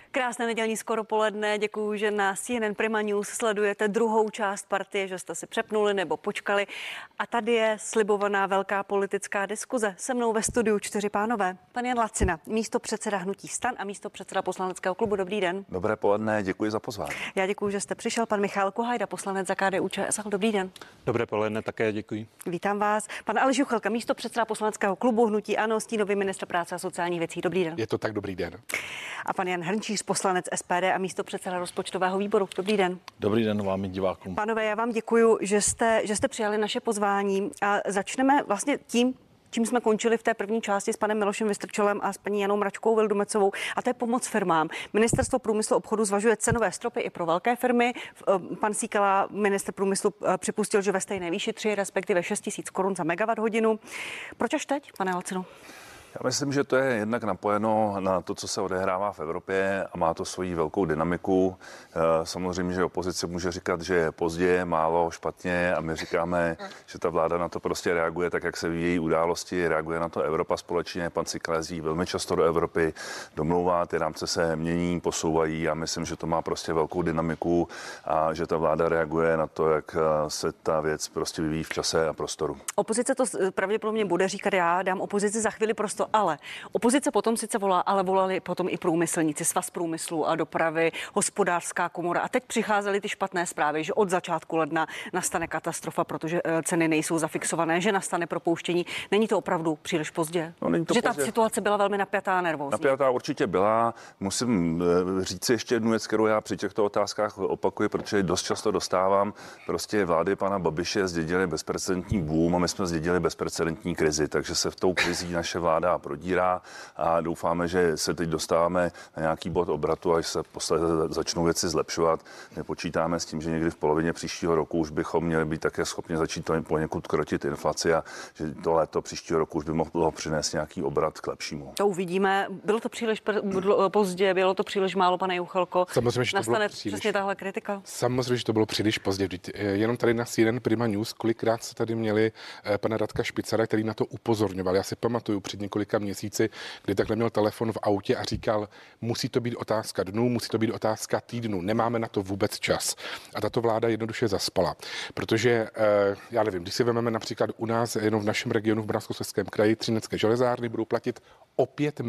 Krásné nedělní skoro poledne, děkuji, že na CNN Prima News sledujete druhou část partie, že jste si přepnuli nebo počkali. A tady je slibovaná velká politická diskuze. Se mnou ve studiu 4 pánové. Pan Jan Lacina, místopředseda hnutí STAN a místopředseda poslaneckého klubu. Dobrý den. Dobré poledne, děkuji za pozvání. Já děkuji, že jste přišel. Pan Michal Kohajda, poslanec za KDU-ČSL. Dobrý den. Dobré poledne, také děkuji. Vítám vás. Pan Aleš Juchelka, místopředseda poslaneckého klubu hnutí ANO, stínový ministr práce a sociálních věcí. Dobrý den. Je to tak, dobrý den. A pan Jan Hrnčíř, poslanec SPD a místopředseda rozpočtového výboru. Dobrý den. Dobrý den vám i divákům. Pánové, já vám děkuji, že jste přijali naše pozvání a začneme vlastně tím, čím jsme končili v té první části s panem Milošem Vystrčilem a s paní Janou Mračkovou Vildumecovou, a to je pomoc firmám. Ministerstvo průmyslu a obchodu zvažuje cenové stropy i pro velké firmy. Pan Síkela, ministr průmyslu, připustil, že ve stejné výši 3, respektive 6 000 korun za megawatt hodinu. Proč až teď, pane Lacino? Já myslím, že to je jednak napojeno na to, co se odehrává v Evropě a má to svoji velkou dynamiku. Samozřejmě, že opozice může říkat, že je pozdě, málo, špatně a my říkáme, že ta vláda na to prostě reaguje tak, jak se vyvíjí události, reaguje na to Evropa společně. Pan Síkela jezdí velmi často do Evropy, domlouvá, ty rámce se mění, posouvají. Já myslím, že to má prostě velkou dynamiku a že ta vláda reaguje na to, jak se ta věc prostě vyvíjí v čase a prostoru. Opozice to pravděpodobně bude říkat, já dám opozici za chvíli prostor, ale opozice potom sice volá, ale volali potom i průmyslníci, Svaz průmyslu a dopravy, Hospodářská komora. A teď přicházely ty špatné zprávy, že od začátku ledna nastane katastrofa, protože ceny nejsou zafixované, že nastane propouštění. Není to opravdu příliš pozdě? No, není to že pozdě. Ta situace byla velmi napjatá a nervózní. Napjatá určitě byla. Musím říct ještě jednu věc, kterou já při těchto otázkách opakuji, protože dost často dostávám. Prostě vlády pana Babiše zdědily bezprecedentní boom a my jsme zdědili bezprecedentní krizi, takže se v tou krizí naše vláda prodírá a doufáme, že se teď dostáváme na nějaký bod obratu, až se posledně začnou věci zlepšovat. My počítáme s tím, že někdy v polovině příštího roku už bychom měli být také schopni začít poněkud krotit inflaci a že to léto příštího roku už by mohlo přinést nějaký obrat k lepšímu. To uvidíme. Bylo to příliš pozdě, bylo to příliš málo, pane Juchelko. Samozřejmě, že to nastane bylo příliš. přesně tahle kritika. Samozřejmě, že to bylo příliš pozdě. Jenom tady na CNN Prima News, kolikrát se tady měli pana Radka Špicara, který na to upozorňoval. Já si pamatuju před několika měsíci, kdy takhle měl telefon v autě a říkal, musí to být otázka dnů, musí to být otázka týdnu, nemáme na to vůbec čas. A tato vláda jednoduše zaspala, protože já nevím, když si vezmeme například u nás jenom v našem regionu v Moravskoslezském kraji, Třinecké železárny budou platit o 5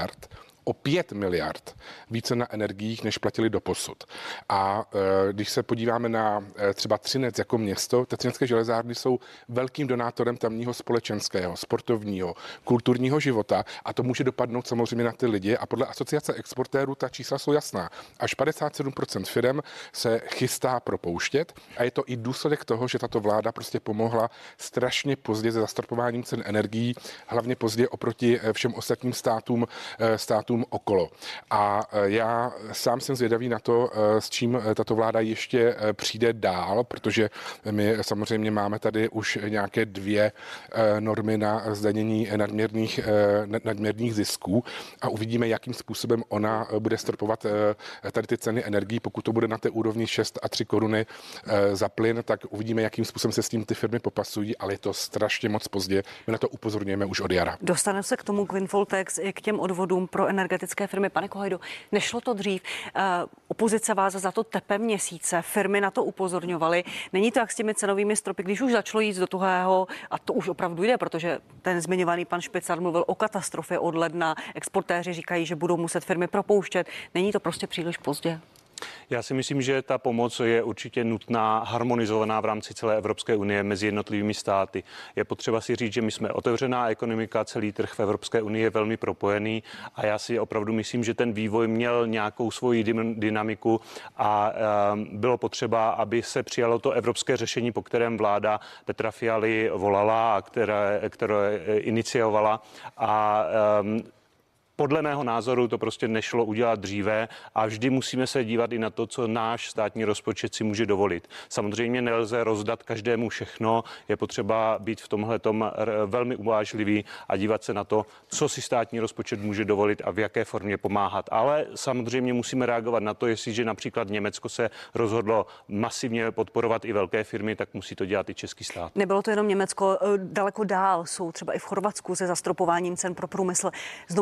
miliard více na energiích, než platili doposud. A když se podíváme na třeba Třinec jako město, ty třinecké železárny jsou velkým donátorem tamního společenského, sportovního, kulturního života a to může dopadnout samozřejmě na ty lidi a podle asociace exportérů ta čísla jsou jasná. Až 57% firem se chystá propouštět a je to i důsledek toho, že tato vláda prostě pomohla strašně pozdě se zastropováním cen energií, hlavně pozdě oproti všem ostatním státům okolo. A já sám jsem zvědavý na to, s čím tato vláda ještě přijde dál, protože my samozřejmě máme tady už nějaké 2 normy na zdanění nadměrných zisků a uvidíme, jakým způsobem ona bude stropovat tady ty ceny energií. Pokud to bude na té úrovni 6 a 3 koruny za plyn, tak uvidíme, jakým způsobem se s tím ty firmy popasují, ale je to strašně moc pozdě. My na to upozorňujeme už od jara. Dostaneme se k tomu, k windfall tax, k těm odvodům pro energetické firmy. Pane Kohajdo, nešlo to dřív? Opozice vás za to tepe měsíce, firmy na to upozorňovaly. Není to jak s těmi cenovými stropy, když už začalo jít do tuhého, a to už opravdu jde, protože ten zmiňovaný pan Špicar mluvil o katastrofě od ledna. Exportéři říkají, že budou muset firmy propouštět. Není to prostě příliš pozdě? Já si myslím, že ta pomoc je určitě nutná, harmonizovaná v rámci celé Evropské unie mezi jednotlivými státy. Je potřeba si říct, že my jsme otevřená ekonomika, celý trh v Evropské unii je velmi propojený a já si opravdu myslím, že ten vývoj měl nějakou svoji dynamiku a bylo potřeba, aby se přijalo to evropské řešení, po kterém vláda Petra Fialy volala a které iniciovala a podle mého názoru to prostě nešlo udělat dříve a vždy musíme se dívat i na to, co náš státní rozpočet si může dovolit. Samozřejmě nelze rozdat každému všechno, je potřeba být v tomhletom velmi uvážlivý a dívat se na to, co si státní rozpočet může dovolit a v jaké formě pomáhat. Ale samozřejmě musíme reagovat na to, jestliže například Německo se rozhodlo masivně podporovat i velké firmy, tak musí to dělat i český stát. Nebylo to jenom Německo, daleko dál jsou třeba i v Chorvatsku se zastropováním cen pro průmysl. Znovu ta moje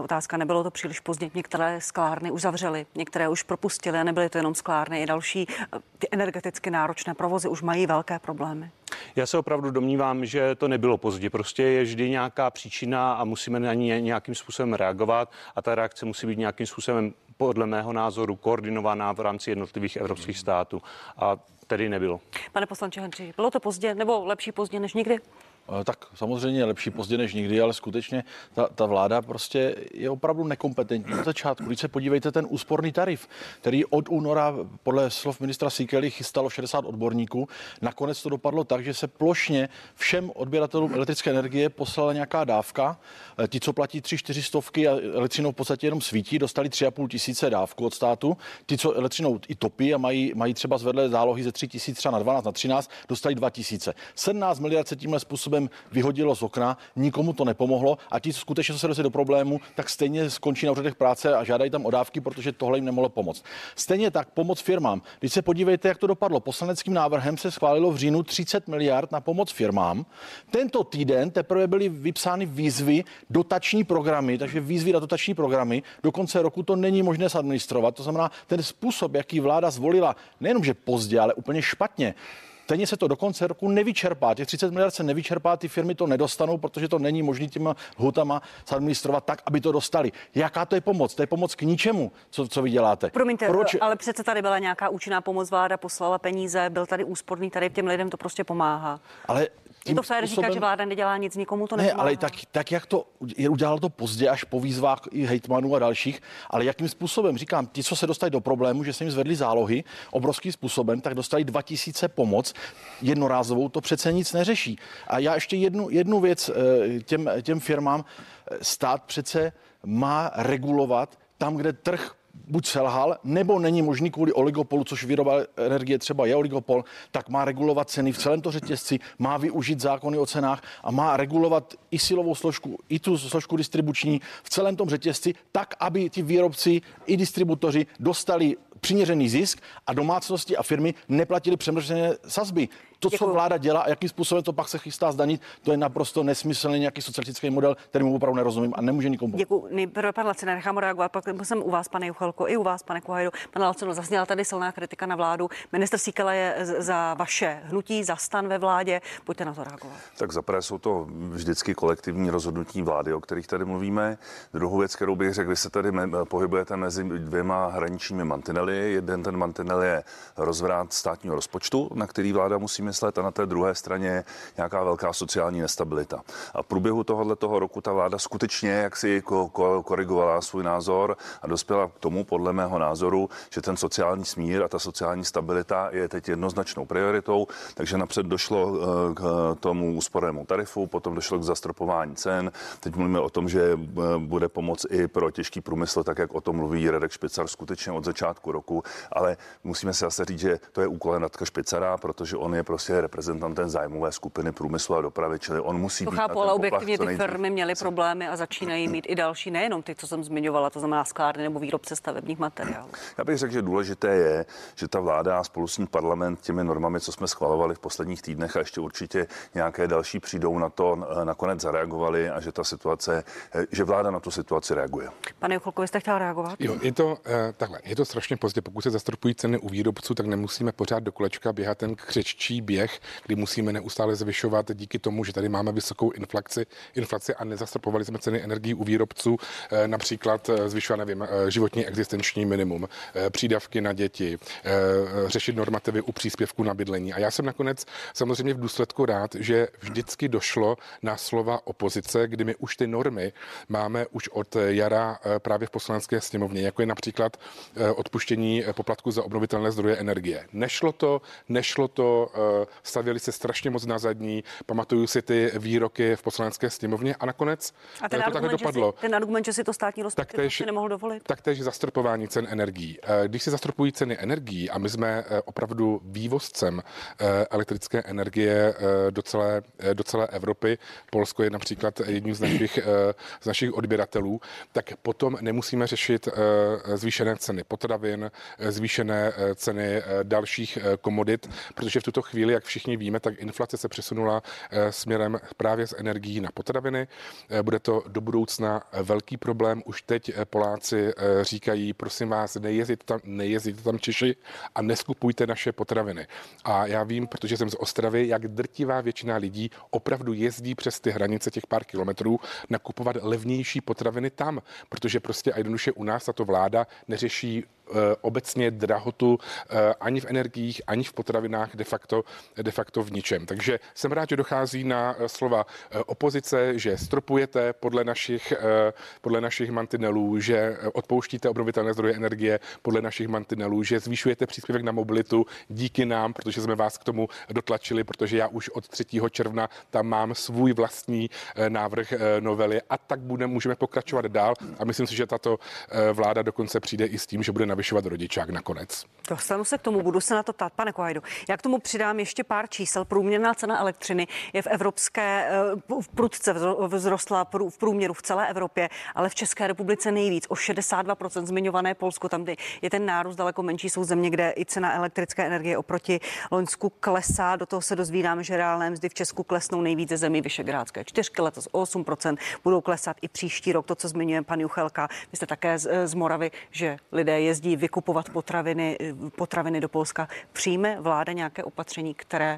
otázka, nebylo to příliš pozdě. Některé sklárny už zavřely, některé už propustily a nebyly to jenom sklárny, i další ty energeticky náročné provozy už mají velké problémy. Já se opravdu domnívám, že to nebylo pozdě. Prostě je vždy nějaká příčina a musíme na ní nějakým způsobem reagovat a ta reakce musí být nějakým způsobem podle mého názoru koordinovaná v rámci jednotlivých evropských států. A tedy nebylo. Pane poslanče Hendřiši, bylo to pozdě nebo lepší pozdě než nikdy? Tak samozřejmě lepší pozdě než nikdy, ale skutečně ta vláda prostě je opravdu nekompetentní od začátku. Když se podívejte, ten úsporný tarif, který od února podle slov ministra Síkely chystalo 60 odborníků, nakonec to dopadlo tak, že se plošně všem odběratelům elektrické energie poslala nějaká dávka. Ti, co platí 300-400 a elektřinou v podstatě jenom svítí, dostali 3,5 tisíce dávku od státu. Ti, co elektřinou i topí a mají třeba zvedlé zálohy ze 3 tisíc třeba na 12, na 13, dostali 2 tisíce. 17 miliard se tímhle způsobem vyhodilo z okna, nikomu to nepomohlo a ti, co skutečně se dostali do problému, tak stejně skončí na úřadech práce a žádají tam o dávky, protože tohle jim nemohlo pomoct. Stejně tak pomoc firmám. Když se podívejte, jak to dopadlo, poslaneckým návrhem se schválilo v říjnu 30 miliard na pomoc firmám. Tento týden teprve byly vypsány výzvy, dotační programy, takže výzvy na dotační programy. Do konce roku to není možné zadministrovat. To znamená, ten způsob, jaký vláda zvolila, nejenom že pozdě, ale úplně špatně. Stejně se to do konce roku nevyčerpá. Těch 30 miliard se nevyčerpá, ty firmy to nedostanou, protože to není možné těma lhůtama zadministrovat tak, aby to dostali. Jaká to je pomoc? To je pomoc k ničemu, co vy děláte. Promiňte, ale přece tady byla nějaká účinná pomoc, vláda poslala peníze, byl tady úsporný tarif, těm lidem to prostě pomáhá. Ale je to fér říkat, že vláda nedělá nic, nikomu to nepomáhá. Ne, ale tak jak to udělalo to pozdě až po výzvách i hejtmanů a dalších, ale jakým způsobem, říkám, ti, co se dostali do problému, že se jim zvedly zálohy obrovským způsobem, tak dostali 2 tisíce pomoc jednorázovou, to přece nic neřeší. A já ještě jednu věc těm firmám, stát přece má regulovat tam, kde trh buď selhal, nebo není možný kvůli oligopolu, což výroba energie třeba je oligopol, tak má regulovat ceny v celém to řetězci, má využít zákony o cenách a má regulovat i silovou složku, i tu složku distribuční v celém tom řetězci, tak, aby ti výrobci i distributoři dostali přiměřený zisk a domácnosti a firmy neplatili přemržené sazby. To, co vláda dělá a jakým způsobem to pak se chystá zdanit, to je naprosto nesmyslný nějaký socialistický model, kterému opravdu nerozumím a nemůže nikomu. Děkuji. Nejprve pan Lacina, nechám reagovat, pak jsem u vás, pane Juchelko, i u vás, pane Kuhajdu. Pane Lacino, zazněla tady silná kritika na vládu. Ministr Síkela je za vaše hnutí, za STAN ve vládě. Pojďte na to reagovat. Tak zaprvé jsou to vždycky kolektivní rozhodnutí vlády, o kterých tady mluvíme. Druhou věc, kterou bych řekl, vy se tady pohybujete mezi dvěma hraničními mantinely. Jeden ten mantinel je rozvrát státního rozpočtu, na který vláda musí myslet, a na té druhé straně nějaká velká sociální nestabilita. A v průběhu tohoto roku ta vláda skutečně jaksi korigovala svůj názor a dospěla k tomu, podle mého názoru, že ten sociální smír a ta sociální stabilita je teď jednoznačnou prioritou, takže napřed došlo k tomu úspornému tarifu, potom došlo k zastropování cen. Teď mluvíme o tom, že bude pomoc i pro těžký průmysl, tak jak o tom mluví Radek Špicar skutečně od začátku roku, ale musíme si zase říct, že to je úkol Radka Špicara, protože on je prostě reprezentantem zájmové skupiny průmyslu a dopravy, čili on musí být. Chápu, ale objektivně ty firmy měly problémy a začínají mít i další, nejenom ty, co jsem zmiňovala, to znamená sklárny nebo výrobce stavebních materiálů. Já bych řekl, že důležité je, že ta vláda a spolu s ní parlament těmi normami, co jsme schvalovali v posledních týdnech a ještě určitě nějaké další přijdou na to, nakonec zareagovali a že ta situace, že vláda na tu situaci reaguje. Pane Juchelko, vy jste chtěl reagovat? Jo, takhle, je to strašně pozdě. Pokud se zastropují ceny u výrobců, tak nemusíme pořád do kolečka běhat ten křeččí běh, kdy musíme neustále zvyšovat díky tomu, že tady máme vysokou inflaci a nezastropovali jsme ceny energií u výrobců, například zvyšovat, životní existenční minimum, přídavky na děti, řešit normativy u příspěvku na bydlení. A já jsem nakonec samozřejmě v důsledku rád, že vždycky došlo na slova opozice, kdy my už ty normy máme už od jara právě v Poslanecké sněmovně, jako je například odpuštění poplatku za obnovitelné zdroje energie. Nešlo to, stavěli se strašně moc na zadní, pamatuju si ty výroky v Poslanecké sněmovně a nakonec to takhle dopadlo. Ten argument, že si to státní rozpočet prostě nemohl dovolit. Taktéž zastropování cen energií. Když se zastropují ceny energií a my jsme opravdu vývozcem elektrické energie do celé Evropy, Polsko je například jedním z našich odběratelů, tak potom nemusíme řešit zvýšené ceny potravin, zvýšené ceny dalších komodit, protože v tuto chvíli chvíli, jak všichni víme, tak inflace se přesunula směrem právě z energií na potraviny. Bude to do budoucna velký problém. Už teď Poláci říkají, prosím vás, nejezděte tam Češi a neskupujte naše potraviny. A já vím, protože jsem z Ostravy, jak drtivá většina lidí opravdu jezdí přes ty hranice těch pár kilometrů nakupovat levnější potraviny tam, protože prostě a jednoduše u nás tato vláda neřeší obecně drahotu ani v energiích, ani v potravinách, de facto v ničem. Takže jsem rád, že dochází na slova opozice, že stropujete podle našich mantinelů, že odpouštíte obnovitelné zdroje energie podle našich mantinelů, že zvýšujete příspěvek na mobilitu díky nám, protože jsme vás k tomu dotlačili, protože já už od 3. června tam mám svůj vlastní návrh novely a tak můžeme pokračovat dál a myslím si, že tato vláda dokonce přijde i s tím, že bude navyšovat rodičák nakonec. Dostanu se k tomu, budu se na to ptát, pane Kohajdo. Já k tomu přidám ještě pár čísel. Průměrná cena elektřiny je v prudce vzrostla v průměru v celé Evropě, ale v České republice nejvíc, o 62%. Zmiňované Polsko, tam je ten nárůst daleko menší, jsou země, kde i cena elektrické energie oproti Loňsku klesá. Do toho se dozvídáme, že reálné mzdy v Česku klesnou nejvíce zemí Visegrádské 4, letos o 8%, budou klesat i příští rok. To, co zmiňuje pan Juchelka, vy jste také z Moravy, že lidé jezdí vykupovat potraviny do Polska. Přijme vláda nějaké opatření,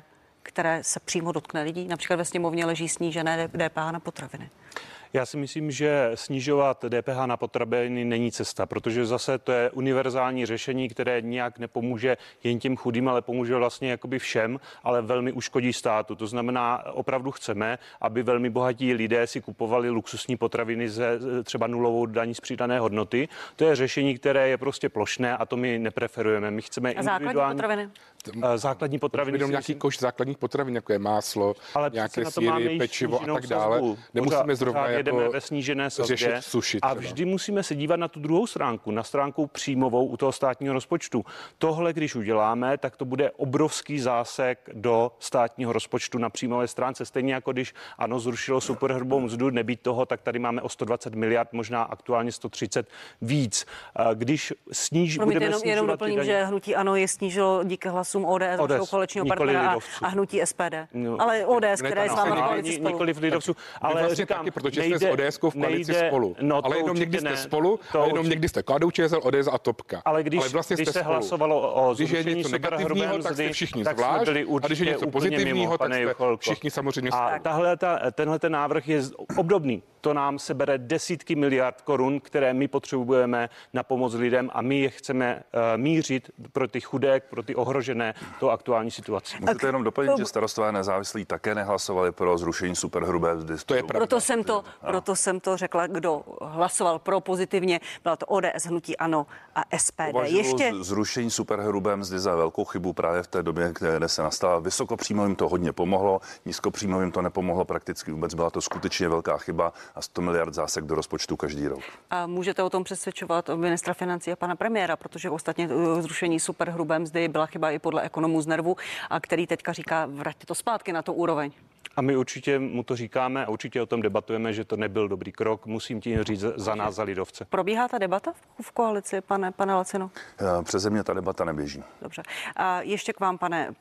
které se přímo dotkne lidí? Například ve sněmovně leží snížené DPH na potraviny. Já si myslím, že snižovat DPH na potraviny není cesta, protože zase to je univerzální řešení, které nijak nepomůže jen těm chudým, ale pomůže vlastně jakoby všem, ale velmi uškodí státu. To znamená, opravdu chceme, aby velmi bohatí lidé si kupovali luxusní potraviny ze třeba nulovou daní z přidané hodnoty. To je řešení, které je prostě plošné a to my nepreferujeme. My chceme individuální základní potraviny. Jenom nějaký koš základních potravin, jako je máslo, nějaké sýry, pečivo a tak dále. Nemusíme zrovna jedeme ve snížené sazbě a vždy musíme se dívat na tu druhou stránku, na stránku příjmovou u toho státního rozpočtu. Tohle, když uděláme, tak to bude obrovský zásek do státního rozpočtu na příjmové stránce. Stejně jako když ANO zrušilo superhrubou mzdu, nebýt toho, tak tady máme o 120 miliard, možná aktuálně 130 víc. Když budeme jenom doplním, že hnutí ANO je snížilo díky hlasům ODS vašeho koaličního partnera a hnutí SPD. No, ale ODS, které je s vámi v koalici Spolu. Nikoliv lidovců, ale říkám, protože jste s ODS v koalici Spolu. No, ale jenom někdy jste Spolu, a jenom někdy jste KDU-ČSL, ODS a Topka. Ale když vlastně se Spolu. Hlasovalo o když je něco negativního, tak jste všichni zvlášť, a když je něco pozitivního, tak jste všichni samozřejmě a tenhle návrh je obdobný. To nám sebere desítky miliard korun, které my potřebujeme na pomoc lidem a my je chceme mířit pro ty chudé, pro ty ohrožené tou aktuální situací. Můžete jenom doplnit, že Starostové nezávislí také nehlasovali pro zrušení superhrubé mzdy. To je pravda. Proto jsem to řekla, kdo hlasoval pro pozitivně, byla to ODS, hnutí ANO a SPD. Považuji zrušení superhrubé mzdy za velkou chybu právě v té době, kde se nastala. Vysokopříjmovým to hodně pomohlo, nízkopříjmovým to nepomohlo prakticky vůbec. Byla to skutečně velká chyba a 100 miliard zásek do rozpočtu každý rok. A můžete o tom přesvědčovat ministra financí a pana premiéra, protože ostatně zrušení superhrubé mzdy byla chyba i podle ekonomů z Nervu, a který teďka říká, vraťte to zpátky na tu úroveň. A my určitě mu to říkáme a určitě o tom debatujeme, že to nebyl dobrý krok. Musím tím říct za nás, za lidovce. Probíhá ta debata v koalici, pane Lacino? Přeze mě ta debata neběží. Dobře. A ještě k vám,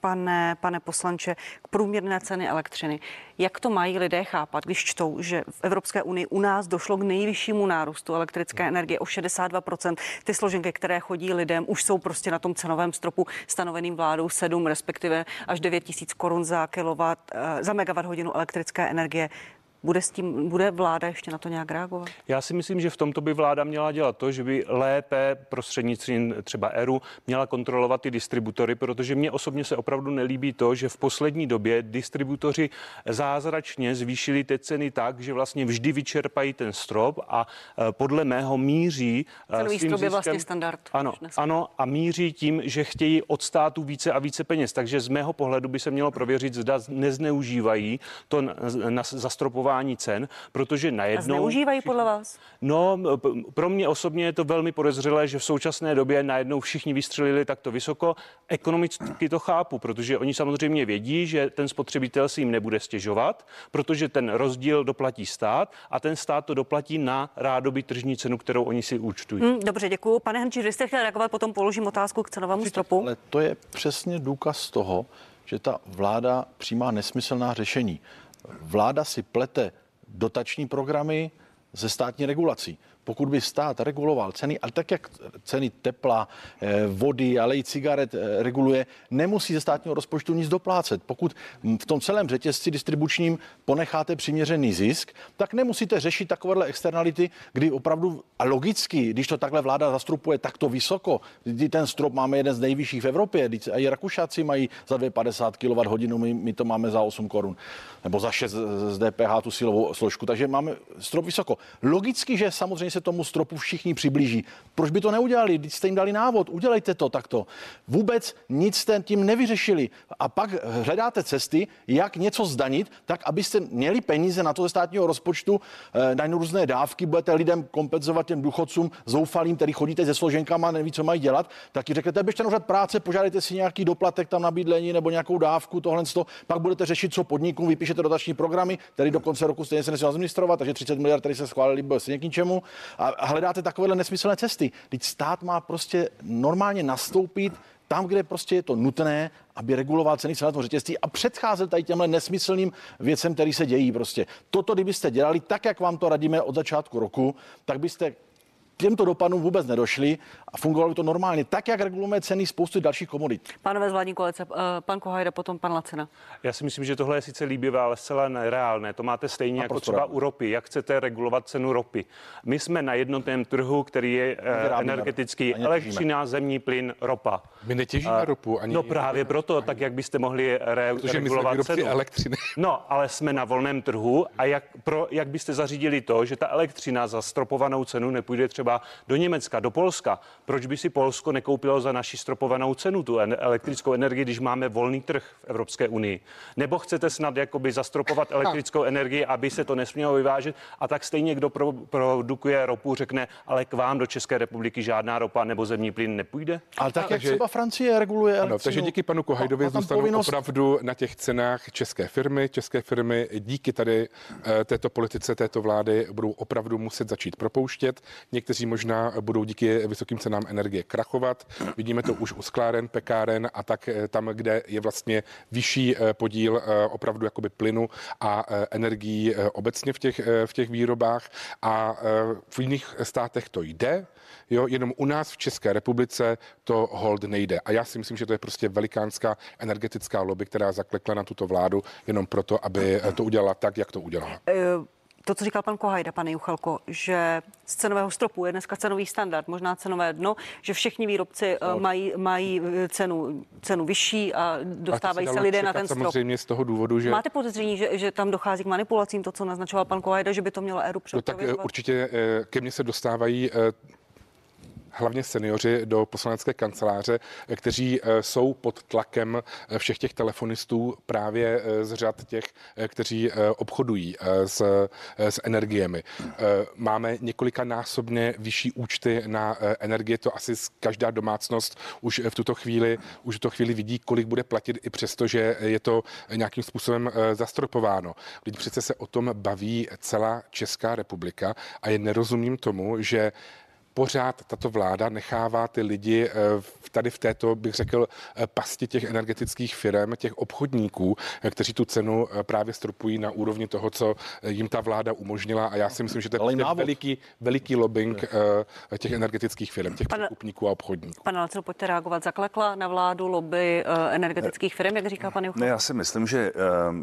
pane poslanče, k průměrné ceny elektřiny. Jak to mají lidé chápat, když čtou, že v Evropské unii u nás došlo k nejvyššímu nárůstu elektrické energie o 62%. Ty složenky, které chodí lidem, už jsou prostě na tom cenovém stropu stanoveným vládou 7, respektive až 9 000 korun za megawatt hodinu elektrické energie. Bude vláda ještě na to nějak reagovat? Já si myslím, že v tomto by vláda měla dělat to, že by lépe prostřednictvím třeba ERU měla kontrolovat ty distributory, protože mně osobně se opravdu nelíbí to, že v poslední době distributoři zázračně zvýšili ty ceny tak, že vlastně vždy vyčerpají ten strop a podle mého míří cenový strop je vlastně standard. Ano, a míří tím, že chtějí od státu více a více peněz. Takže z mého pohledu by se mělo prověřit, zda nezneužívají to zastropování cen, protože najednou... A zneužívají podle vás? No, pro mě osobně je to velmi podezřelé, že v současné době najednou všichni vystřelili takto vysoko. Ekonomicky to chápu, protože oni samozřejmě vědí, že ten spotřebitel si jim nebude stěžovat, protože ten rozdíl doplatí stát a ten stát to doplatí na rádoby tržní cenu, kterou oni si účtují. Dobře, děkuju. Pane Hrnčíř, vy jste chtěl reagovat, potom položím otázku k cenovému stropu. Ale to je přesně důkaz toho, že ta vláda přijímá nesmyslná řešení. Vláda si plete dotační programy ze státní regulací. Pokud by stát reguloval ceny, ale tak, jak ceny tepla, vody, ale i cigaret reguluje, nemusí ze státního rozpočtu nic doplácet. Pokud v tom celém řetězci distribučním ponecháte přiměřený zisk, tak nemusíte řešit takovéhle externality, kdy opravdu, a logicky, když to takhle vláda zastropuje takto vysoko, kdy ten strop máme jeden z nejvyšších v Evropě, a i Rakušáci mají za 2,50 kWh, my to máme za 8 korun, nebo za 6 z DPH tu silovou složku, takže máme strop vysoko. Logicky, že samozřejmě se tomu stropu všichni přiblíží. Proč by to neudělali? Když jste jim dali návod, udělejte to takto. Vůbec nic jste tím nevyřešili. A pak hledáte cesty, jak něco zdanit, tak abyste měli peníze na to ze státního rozpočtu, na různé dávky, budete lidem kompenzovat těm důchodcům zoufalým, který chodíte se složenkama, neví, co mají dělat, tak ti řeknete, běžte na úřad práce, požádejte si nějaký doplatek tam na bydlení nebo nějakou dávku, tohle, pak budete řešit, co podnikům, vypíšete dotační programy, který do konce roku stejně se nesmí administrovat, takže 30 miliard, které se schválili, bylo stejně k ničemu. A hledáte takovéhle nesmyslné cesty. Teď stát má prostě normálně nastoupit tam, kde prostě je to nutné, aby reguloval ceny celého řetězství a předcházel tady těmhle nesmyslným věcem, které se dějí prostě. Toto, kdybyste dělali tak, jak vám to radíme od začátku roku, tak byste těmto dopadům vůbec nedošli a fungovalo by to normálně, tak, jak regulujeme ceny spousty dalších komodit. Pánové z vládní koalice, pan Kohajda, potom pan Lacina. Já si myslím, že tohle je sice líbivé, ale zcela nereálné. To máte stejně jako třeba u ropy. Jak chcete regulovat cenu ropy? My jsme na jednotném trhu, který je energetický, elektřina, zemní plyn, ropa. My netěžíme ropu ani. No právě proto, tak jak byste mohli regulovat cenu. Elektřiny. No, ale jsme na volném trhu a jak byste zařídili to, že ta elektřina za stropovanou cenu nepůjde třeba do Německa, do Polska. Proč by si Polsko nekoupilo za naši stropovanou cenu tu elektrickou energii, když máme volný trh v Evropské unii? Nebo chcete snad jakoby zastropovat elektrickou energii, aby se to nesmělo vyvážet a tak stejně kdo produkuje ropu, řekne, ale k vám do České republiky žádná ropa nebo zemní plyn nepůjde? Ale tak, jak třeba Francie reguluje elektřinu. Takže díky panu Kohajdovi zůstanou opravdu na těch cenách české firmy. České firmy díky tady této politice, této vlády budou opravdu muset začít propouštět. Někteří možná budou díky vysokým cenám energie krachovat. Vidíme to už u skláren, pekáren a tak tam, kde je vlastně vyšší podíl opravdu jakoby plynu a energií obecně v těch výrobách a v jiných státech to jde. Jo, jenom u nás v České republice to hold nejde. A já si myslím, že to je prostě velikánská energetická lobby, která zaklekla na tuto vládu jenom proto, aby to udělala tak, jak to udělala. To, co říkal pan Kohajda, pane Juchelko, že z cenového stropu je dneska cenový standard, možná cenové dno, že všichni výrobci mají cenu vyšší a dostávají se lidé na ten strop. Samozřejmě z toho důvodu, že... Máte podezření, že tam dochází k manipulacím, to, co naznačoval pan Kohajda, že by to mělo éru tak určitě ke mně se dostávají hlavně seniori do poslanecké kanceláře, kteří jsou pod tlakem všech těch telefonistů právě z řad těch, kteří obchodují s energiemi. Máme několikanásobně vyšší účty na energie, to asi každá domácnost už v tuto chvíli vidí, kolik bude platit i přesto, že je to nějakým způsobem zastropováno. Teď přece se o tom baví celá Česká republika a jen nerozumím tomu, že pořád tato vláda nechává ty lidi tady v této, bych řekl, pasti těch energetických firm, těch obchodníků, kteří tu cenu právě stropují na úrovni toho, co jim ta vláda umožnila. A já si myslím, že to je veliký lobbying těch energetických firm, těch překupníků a obchodníků. Pane Lacino, pojďte reagovat. Zaklekla na vládu lobby energetických firm, jak říká pan Juchelko? Ne, já si myslím, že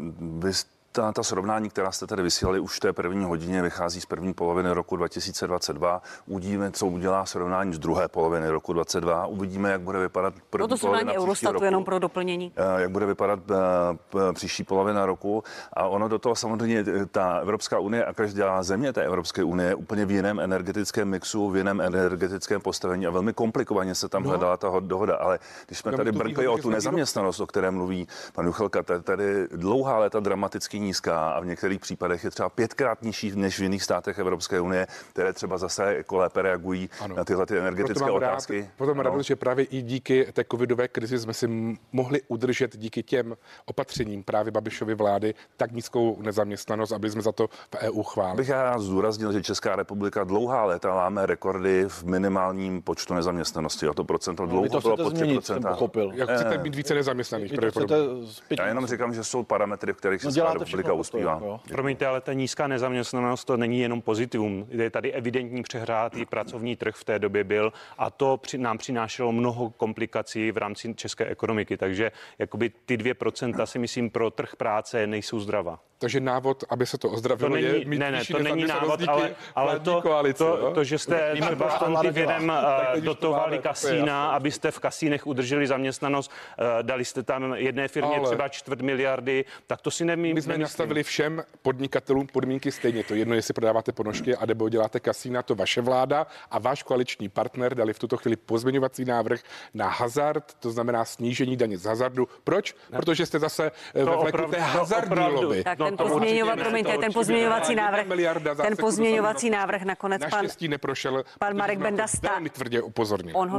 ta srovnání, která jste tady vysílali už v té první hodině, vychází z první poloviny roku 2022. Uvidíme, co udělá srovnání z druhé poloviny roku 2022. Uvidíme, jak bude vypadat první polovina příštího roku. Jenom pro doplnění. Jak bude vypadat příští polovina roku. A ono do toho samozřejmě ta Evropská unie a každá země té Evropské unie je úplně v jiném energetickém mixu, v jiném energetickém postavení a velmi komplikovaně se tam hledala ta dohoda. Ale když jsme tady brkli o tu nezaměstnanost, o které mluví pan Juchelka, tady dlouhá léta dramatický strašně nízká a v některých případech je třeba 5krát nižší než v jiných státech Evropské unie, které třeba zase jako lépe reagují na tyhle ty energetické otázky. Potom rád, že právě i díky té covidové krizi jsme si mohli udržet díky těm opatřením právě Babišovy vlády tak nízkou nezaměstnanost, aby jsme za to v EU chválili. Bych já zdůraznil, že Česká republika dlouhá léta láme rekordy v minimálním počtu nezaměstnanosti. A to procento dlouho bylo pod 3%. Jak chcete být více nezaměstnaných? Já jenom říkám, že jsou parametry, v kterých Česká republika uspívá. Promiňte, ale ta nízká nezaměstnanost to není jenom pozitivum. Je tady evidentní přehrátý pracovní trh v té době byl a to nám přinášelo mnoho komplikací v rámci české ekonomiky. Takže jakoby ty 2% si myslím pro trh práce nejsou zdravá. Takže návod, aby se to ozdravilo, je mít to není návod, ale to, že jste třeba antivirem dotovali kasína, abyste v kasínech udrželi zaměstnanost, dali jste tam jedné firmě třeba 250 miliony, tak to si nemyslím. My jsme nastavili všem podnikatelům podmínky stejně. To jedno, jestli prodáváte ponožky a nebo děláte kasína, to vaše vláda a váš koaliční partner dali v tuto chvíli pozměňovací návrh na hazard, to znamená snížení daně z hazardu. Proč? Protože jste zase ve vleku té hazardní lobby. Ten pozměňovací návrh nakonec pan Marek Benda velmi tvrdě upozornil. On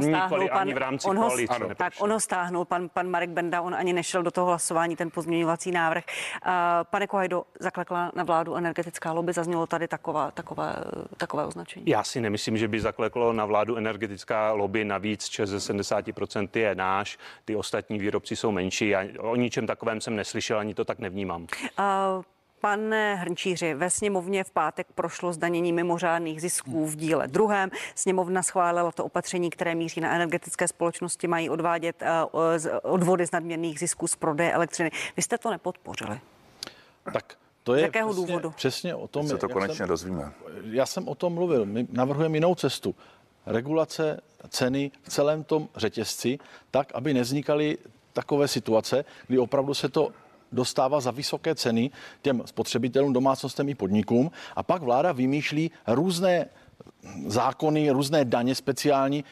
ho stáhnul, pan Marek Benda, on ani nešel do toho hlasování, ten pozměňovací návrh. Pane Kohajdo, zaklekla na vládu energetická lobby, zaznělo tady takové označení. Já si nemyslím, že by zakleklo na vládu energetická lobby, navíc ČEZ ze 70% je náš, ty ostatní výrobci jsou menší. O ničem takovém jsem neslyšel, ani to tak nevnímám. Pane Hrnčíři, ve sněmovně v pátek prošlo zdanění mimořádných zisků v díle druhém. Sněmovna schválila to opatření, které míří na energetické společnosti, mají odvádět odvody z nadměrných zisků z prodeje elektřiny. Vy jste to nepodpořili. Tak to je jakého důvodu? Přesně o tom. Se to konečně dozvíme. Já jsem o tom mluvil. My navrhujeme jinou cestu. Regulace ceny v celém tom řetězci, tak, aby nevznikaly takové situace, kdy opravdu se to dostává za vysoké ceny těm spotřebitelům, domácnostem i podnikům a pak vláda vymýšlí různé zákony, různé daně speciální,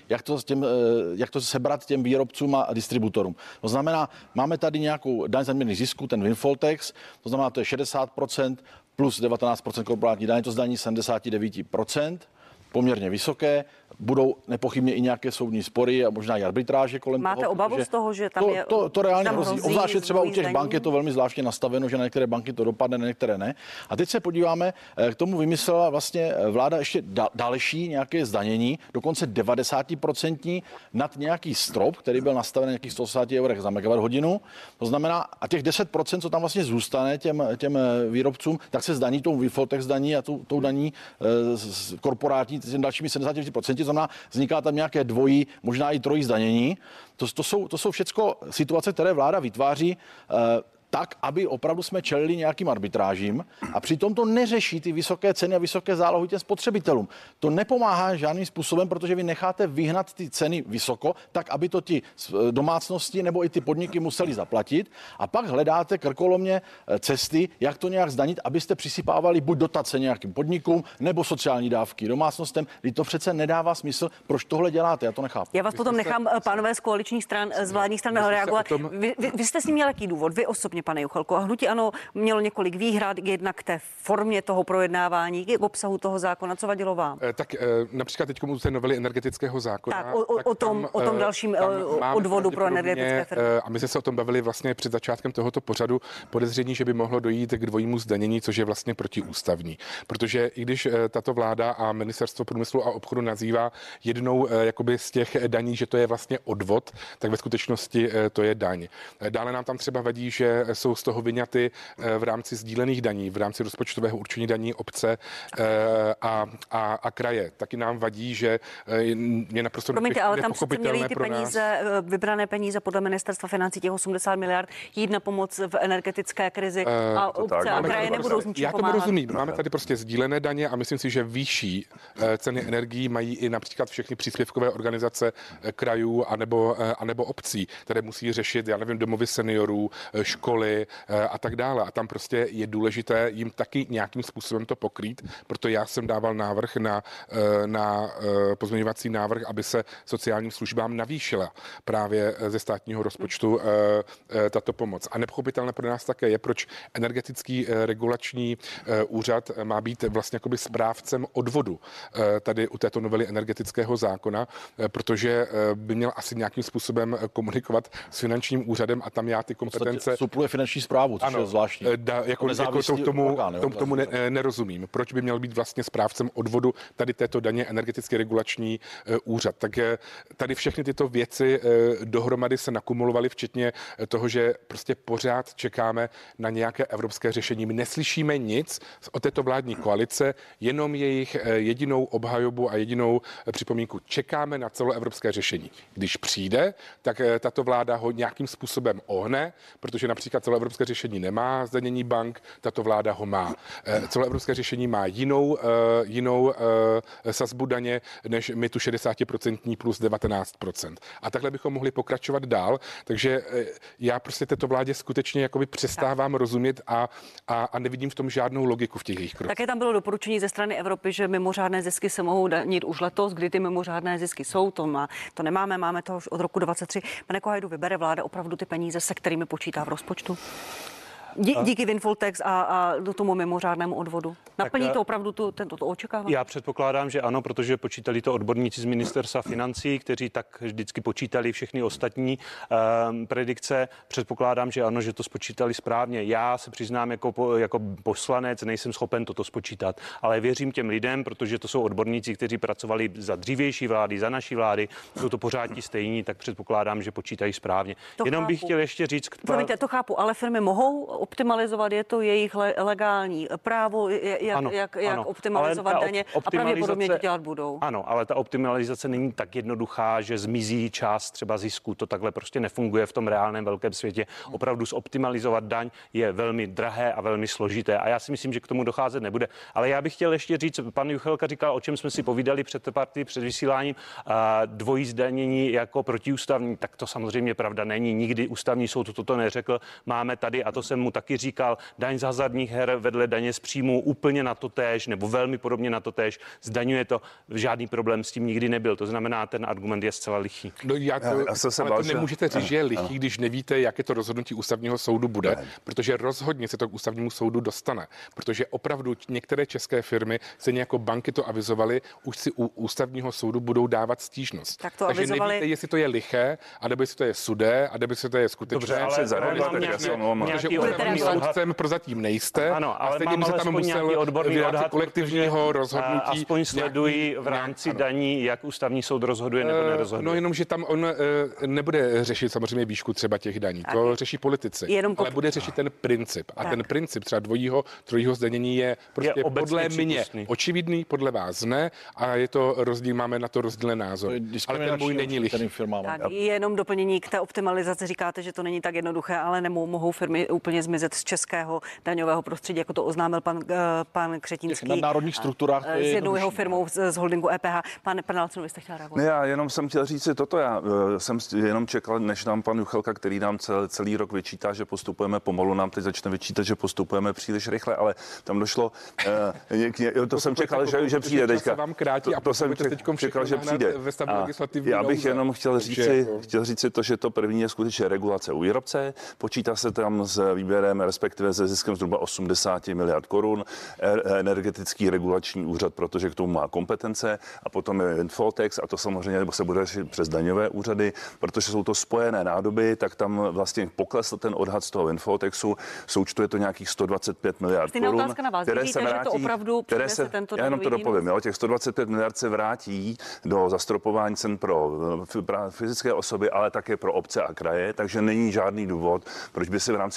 jak to sebrat těm výrobcům a distributorům. To znamená, máme tady nějakou daň z nadměrných zisků, ten windfall tax, to znamená, to je 60% plus 19% korporátní daně, to zdaní 79%, poměrně vysoké. Budou nepochybně i nějaké soudní spory a možná i arbitráže kolem toho. Máte obavu z toho, že tam je... To reálně hrozí. Obzvláště třeba u těch bank je to velmi zvláštně nastaveno, že na některé banky to dopadne, na některé ne. A teď se podíváme, k tomu vymyslela vlastně vláda ještě další nějaké zdanění, dokonce 90% nad nějaký strop, který byl nastaven nějakých 180 eurech za megawatt hodinu. To znamená, a těch 10%, co tam vlastně zůstane těm výrobcům, tak se zdaní tou windfall tax daní a tou daní korporátní těm dalšími 70%. To znamená, vzniká tam nějaké dvojí, možná i trojí zdanění. To jsou všechno situace, které vláda vytváří tak, aby opravdu jsme čelili nějakým arbitrážím a přitom to neřeší ty vysoké ceny a vysoké zálohy těm spotřebitelům. To nepomáhá žádným způsobem, protože vy necháte vyhnat ty ceny vysoko, tak, aby to ti domácnosti nebo i ty podniky museli zaplatit a pak hledáte krkolomně cesty, jak to nějak zdanit, abyste přisypávali buď dotace nějakým podnikům nebo sociální dávky domácnostem. Kdy to přece nedává smysl, proč tohle děláte, já to nechápu. Já vás potom nechám, pánové z koaličních stran, z vládních stran reagovat. Vy jste s ním měl jaký důvod? Vy osobně, pane Juchelko, a hnutí ANO mělo několik výhrad, jednak k té formě toho projednávání, k obsahu toho zákona. Co vadilo vám? Tak například teď u té novely energetického zákona. Tak o tom dalším odvodu pro energetické firmy. A my jsme se o tom bavili vlastně před začátkem tohoto pořadu, podezření, že by mohlo dojít k dvojímu zdanění, což je vlastně protiústavní. Protože i když tato vláda a ministerstvo průmyslu a obchodu nazývá jednou jakoby z těch daní, že to je vlastně odvod, tak ve skutečnosti to je daň. Dále nám tam třeba vadí, že jsou z toho vyňaty v rámci sdílených daní, v rámci rozpočtového určení daní obce a kraje. Taky nám vadí, že je naprosto Promiňte, ale tam přece měly ty peníze, vybrané peníze podle ministerstva financí, těch 80 miliard, jít na pomoc v energetické krizi a obce a kraje nebudou s ničím pomáhat. Já tomu rozumím. Máme tady prostě sdílené daně a myslím si, že vyšší ceny energií mají i například všechny příspěvkové organizace krajů anebo obcí, které musí řešit, já nevím, domovy seniorů, školy, kontroly a tak dále. A tam prostě je důležité jim taky nějakým způsobem to pokrýt, proto já jsem dával návrh na pozměňovací návrh, aby se sociálním službám navýšila právě ze státního rozpočtu tato pomoc. A nepochopitelné pro nás také je, proč energetický regulační úřad má být vlastně jakoby správcem odvodu tady u této novely energetického zákona, protože by měl asi nějakým způsobem komunikovat s finančním úřadem a tam já ty kompetence... Supluje finanční správu, což je zvláštní. Tomu nerozumím. Proč by měl být vlastně správcem odvodu tady této daně energetický regulační úřad? Tak tady všechny tyto věci dohromady se nakumulovaly, včetně toho, že prostě pořád čekáme na nějaké evropské řešení. My neslyšíme nic od této vládní koalice, jenom jejich jedinou obhajobu a jedinou připomínku. Čekáme na celoevropské řešení. Když přijde, tak tato vláda ho nějakým způsobem ohne, protože například celoevropské řešení nemá zdanění bank, tato vláda ho má. Celoevropské řešení má jinou sazbu daně, než my tu 60% plus 19%. A takhle bychom mohli pokračovat dál, takže já prostě této vládě skutečně jakoby přestávám rozumět a nevidím v tom žádnou logiku v těch jejich krocích. Také tam bylo doporučení ze strany Evropy, že mimořádné zisky se mohou danit už letos, kdy ty mimořádné zisky jsou, to nemáme, máme to od roku 2023. Pane Kohajdu, vybere vláda opravdu ty peníze, se kterými počítá v rozpočtu? Díky windfall tax a tomu mimořádnému odvodu. Naplní to opravdu to očekávání? Já předpokládám, že ano, protože počítali to odborníci z ministerstva financí, kteří tak vždycky počítali všechny ostatní predikce. Předpokládám, že ano, že to spočítali správně. Já se přiznám jako poslanec, nejsem schopen toto spočítat, ale věřím těm lidem, protože to jsou odborníci, kteří pracovali za dřívější vlády, za naší vlády, jsou to pořád ti stejní, tak předpokládám, že počítají správně. Jenom bych chtěl ještě říct... Promiňte, to chápu, ale firmy mohou optimalizovat, je to jejich legální právo, jak optimalizovat daně a pravděpodobně to dělat budou. Ano, ale ta optimalizace není tak jednoduchá, že zmizí část třeba zisku. To takhle prostě nefunguje v tom reálném velkém světě. Opravdu zoptimalizovat daň je velmi drahé a velmi složité a já si myslím, že k tomu docházet nebude. Ale já bych chtěl ještě říct, pan Juchelka říkal, o čem jsme si povídali před vysíláním, dvojí zdanění jako protiústavní, tak to samozřejmě pravda není. Nikdy ústavní soud toto neřekl. Máme tady, a to jsem mu taky říkal, daň z hazardních her vedle daně z příjmu úplně na to též, nebo velmi podobně na to též. Zdaňuje to, žádný problém s tím nikdy nebyl. To znamená, ten argument je zcela lichý. No to nemůžete říct, že je lichý, když nevíte, jaké to rozhodnutí ústavního soudu bude, protože rozhodně se to k ústavnímu soudu dostane. Protože opravdu některé české firmy, stejně jako banky to avizovaly, už si u ústavního soudu budou dávat stížnost. Takže avizovali... nevíte, jestli to je liché, anebo jestli to je sudé, a nebo jestli to je skutečné. Dobře, ale soudcem prozatím nejste. Ano, ale mám alespoň nějaký odborný odhad kolektivního rozhodnutí. Aspoň sledují v rámci daní, jak ústavní soud rozhoduje nebo nerozhoduje. No jenom, že tam on nebude řešit samozřejmě výšku třeba těch daní. To řeší politici. Ale bude řešit ten princip. A ten princip třeba trojího zdanění je prostě podle mě očividný, podle vás ne. A je to rozdíl, máme na to rozdílné názory. Ale ten můj není lichý. Tak jenom doplnění k té optimalizaci. Říkáte, že to není tak jednoduché, ale nemohou firmy úplně zmizet z českého daňového prostředí, jako to oznámil pan Křetínský. V nadnárodních strukturách s jednou jeho firmou z holdingu EPH. Pane Pernalcinu, vy jste chtěl reagovat? Ne, já jenom jsem chtěl říct si toto. Já jsem jenom čekal, než nám pan Juchelka, který nám celý rok vyčítá, že postupujeme pomalu, nám teď začne vyčítat, že postupujeme příliš rychle, ale tam došlo, to jsem čekal, že přijde teďka. To jsem čekal, že přijde. Já bych jenom chtěl říct si to, že to první je skutečně regulace u výrobce. Počítá se tam s výběrem, respektive se ziskem zhruba 80 miliard korun, energetický regulační úřad, protože k tomu má kompetence, a potom je windfall tax, a to samozřejmě nebo se bude řešit přes daňové úřady, protože jsou to spojené nádoby, tak tam vlastně poklesl ten odhad z toho windfall taxu, součtuje to nějakých 125 miliard korun, které se já jenom to dopovím, těch 125 miliard se vrátí do zastropování cen pro fyzické osoby, ale také pro obce a kraje, takže není žádný důvod, proč by si v rámci rozpočtového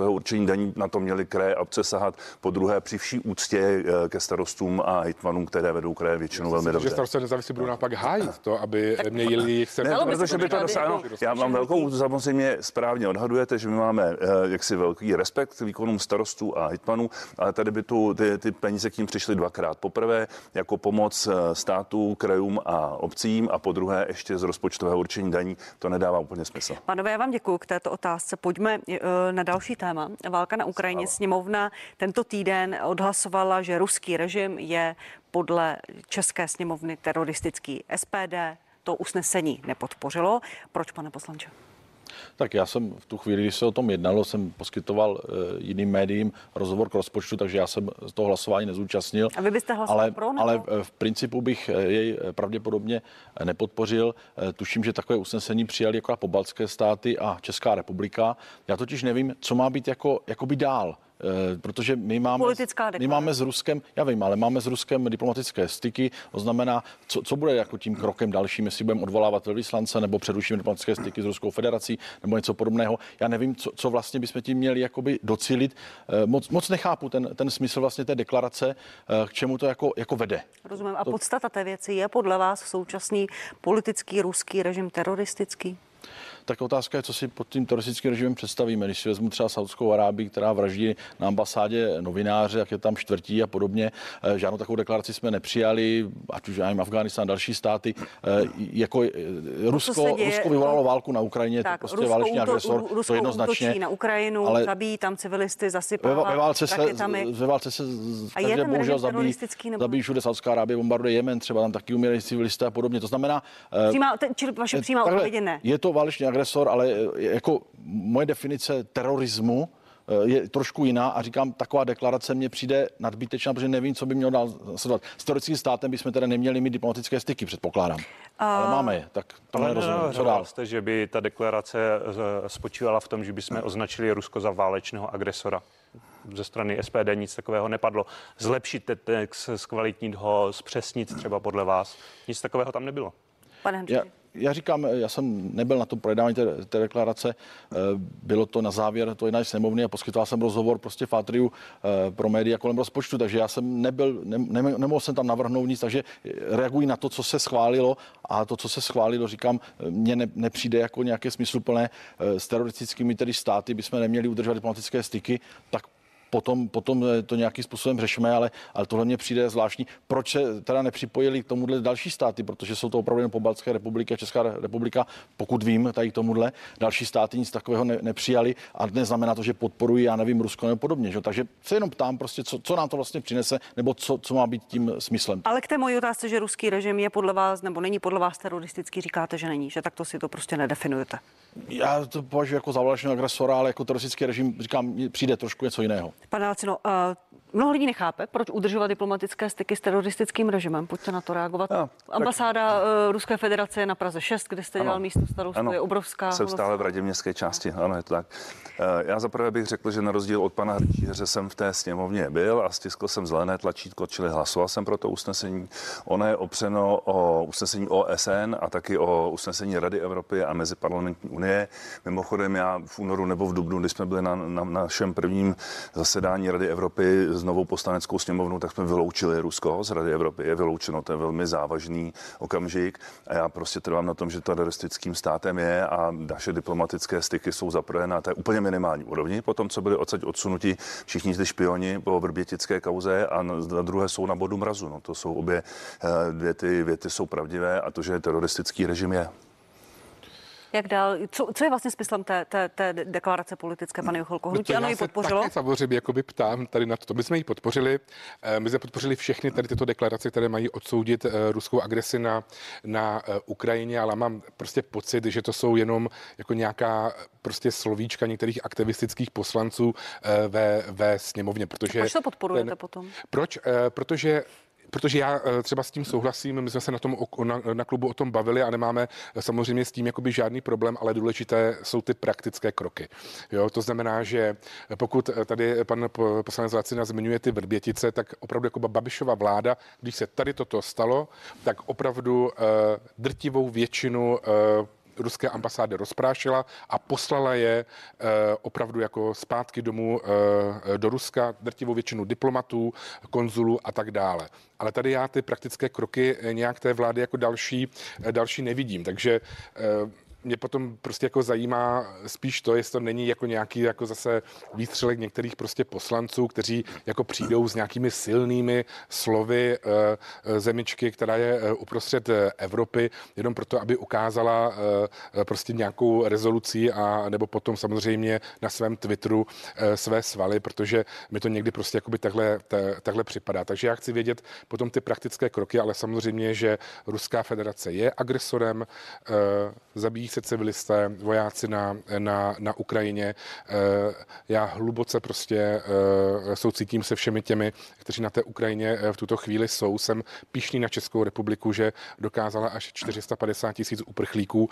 rozpočtového určení daní na to měly kraje a obce sahat. Po druhé, při vší úctě ke starostům a hejtmanům, které vedou kraje většinou velmi dobře. Že starostové nezávislí budou naopak hájit to, aby měli jejich ne, protože by to dosáhlo. Já mám velkou, samozřejmě správně odhadujete, že my máme jaksi velký respekt k výkonům starostů a hejtmanů, ale tady by ty peníze k ním přišly dvakrát. Poprvé jako pomoc státu, krajům a obcím a po druhé ještě z rozpočtového určení daní. To nedává úplně smysl. Pánové, já vám děkuji k této otázce. Pojďme na další téma. Válka na Ukrajině. Sněmovna tento týden odhlasovala, že ruský režim je podle České sněmovny teroristický. SPD to usnesení nepodpořilo. Proč, pane poslanče? Tak já jsem v tu chvíli, když se o tom jednalo, jsem poskytoval jiným médiím rozhovor k rozpočtu, takže já jsem z toho hlasování nezúčastnil. A vy byste hlasoval pro? Nebo? Ale v principu bych jej pravděpodobně nepodpořil. Tuším, že takové usnesení přijali jako pobaltské státy a Česká republika. Já totiž nevím, co má být jakoby dál. Protože my máme s Ruskem, já vím, ale máme s Ruskem diplomatické styky, to znamená, co bude jako tím krokem dalším, jestli budeme odvolávat velvyslance nebo přerušíme diplomatické styky s Ruskou federací nebo něco podobného. Já nevím, co vlastně bychom tím měli jakoby docílit. Moc nechápu ten smysl vlastně té deklarace, k čemu to jako vede. Rozumím. A podstata té věci je podle vás současný politický ruský režim teroristický? Tak otázka je, co si pod tím teroristickým režimem představíme. Když si vezmu třeba Saudskou Arábii, která vraždí na ambasádě novináře, jak je tam čtvrtí a podobně. Žádnou takovou deklaraci jsme nepřijali, ať už Afghánistán, další státy. Jako Rusko vyvolalo válku na Ukrajině, tak, to prostě válečný agresor, to jednoznačně. Na Ukrajinu, ale zabíjí tam civilisty, zasypává ve válce se takže bohužel zabíjí všude. Saudská Arábie bombarduje Jemen, třeba tam taky umírají civilisté a podobně. To znamená, čili vaše přímá odpověď ne. Je to válečný agresor, ale jako moje definice terorismu je trošku jiná a říkám, taková deklarace mně přijde nadbytečná, protože nevím, co by mělo dál sledovat. S teroristickým státem bychom teda neměli mít diplomatické styky, předpokládám. Ale máme je, tak to nerozumím. Co dál? Jste, že by ta deklarace spočívala v tom, že bychom označili Rusko za válečného agresora. Ze strany SPD nic takového nepadlo. Zlepšit ten text, zkvalitnit ho, zpřesnit třeba podle vás. Nic takového tam nebylo. Pane Hrnčíři. Já říkám, já jsem nebyl na tom projednávání té deklarace, bylo to na závěr to jednání sněmovny a poskytoval jsem rozhovor prostě v atriu pro média kolem rozpočtu, takže já jsem nemohl jsem tam navrhnout nic, takže reagují na to, co se schválilo a to, co se schválilo, říkám, mně nepřijde jako nějaké smysluplné. S teroristickými tedy státy bychom neměli udržovat diplomatické styky, tak potom to nějakým způsobem řešíme, ale tohle mně přijde zvláštní. Proč se teda nepřipojili k tomuhle další státy, protože jsou to opravdu jen pobaltské republiky a Česká republika, pokud vím, tady k tomuhle další státy nic takového nepřijali a dnes znamená to, že podporují, já nevím, Rusko nebo podobně. Že? Takže se jenom ptám prostě, co nám to vlastně přinese, nebo co má být tím smyslem. Ale k té mojí otázce, že ruský režim je podle vás nebo není podle vás teroristický, říkáte, že není, že takto si to prostě nedefinujete. Já to považuji jako za válečného agresora, ale jako teroristický režim, říkám, přijde trošku něco jiného. Pane Lacino, mnoho lidí nechápe, proč udržovat diplomatické styky s teroristickým režimem. Pojďte na to reagovat. Ambasáda Ruské federace je na Praze 6, kde jste dělal místo starostu, je obrovská. Jsem stále v radě městské části, ano, je to tak. Já zaprvé bych řekl, že na rozdíl od pana Hrnčíře jsem v té sněmovně byl a stiskl jsem zelené tlačítko, čili hlasoval jsem pro to usnesení. Ono je opřeno o usnesení OSN a taky o usnesení Rady Evropy a Meziparlamentní unie. Mimochodem já v únoru nebo v dubnu, když jsme byli na našem prvním zasedání Rady Evropy s novou poslaneckou sněmovnou, tak jsme vyloučili Rusko z Rady Evropy. Je vyloučeno, to je velmi závažný okamžik a já prostě trvám na tom, že teroristickým státem je a naše diplomatické styky jsou zaprvé na té úplně minimální úrovni. Potom, co byli odsunuti všichni ty špioni po vrbětické kauze a na druhé jsou na bodu mrazu. No, to jsou obě ty věty jsou pravdivé a to, že teroristický režim je. Jak dál? Co je vlastně smyslem té deklarace politické, pane Juchelko? Hnutí ANO ji podpořilo? Já se samozřejmě ptám tady na to. My jsme ji podpořili. My jsme podpořili všechny tady tyto deklarace, které mají odsoudit ruskou agresi na Ukrajině, ale mám prostě pocit, že to jsou jenom jako nějaká prostě slovíčka některých aktivistických poslanců ve sněmovně. Proč to podporujete potom? Proč? Protože já třeba s tím souhlasím, my jsme se na klubu o tom bavili a nemáme samozřejmě s tím jakoby žádný problém, ale důležité jsou ty praktické kroky. Jo, to znamená, že pokud tady pan poslanec Lacina zmiňuje ty Vrbětice, tak opravdu jako Babišova vláda, když se tady toto stalo, tak opravdu drtivou většinu ruské ambasády rozprášila a poslala je opravdu jako zpátky domů do Ruska, drtivou většinu diplomatů, konzulů a tak dále. Ale tady já ty praktické kroky nějak té vlády jako další nevidím, takže mě potom prostě jako zajímá spíš to, jestli to není jako nějaký jako zase výstřelek některých prostě poslanců, kteří jako přijdou s nějakými silnými slovy zemičky, která je uprostřed Evropy, jenom proto, aby ukázala prostě nějakou rezolucí a nebo potom samozřejmě na svém Twitteru své svaly, protože mi to někdy prostě jakoby takhle připadá. Takže já chci vědět potom ty praktické kroky, ale samozřejmě, že Ruská federace je agresorem, zabíjí se civilisté, vojáci na Ukrajině. Já hluboce prostě soucítím se všemi těmi, kteří na té Ukrajině v tuto chvíli jsou. Jsem pyšný na Českou republiku, že dokázala až 450 000 uprchlíků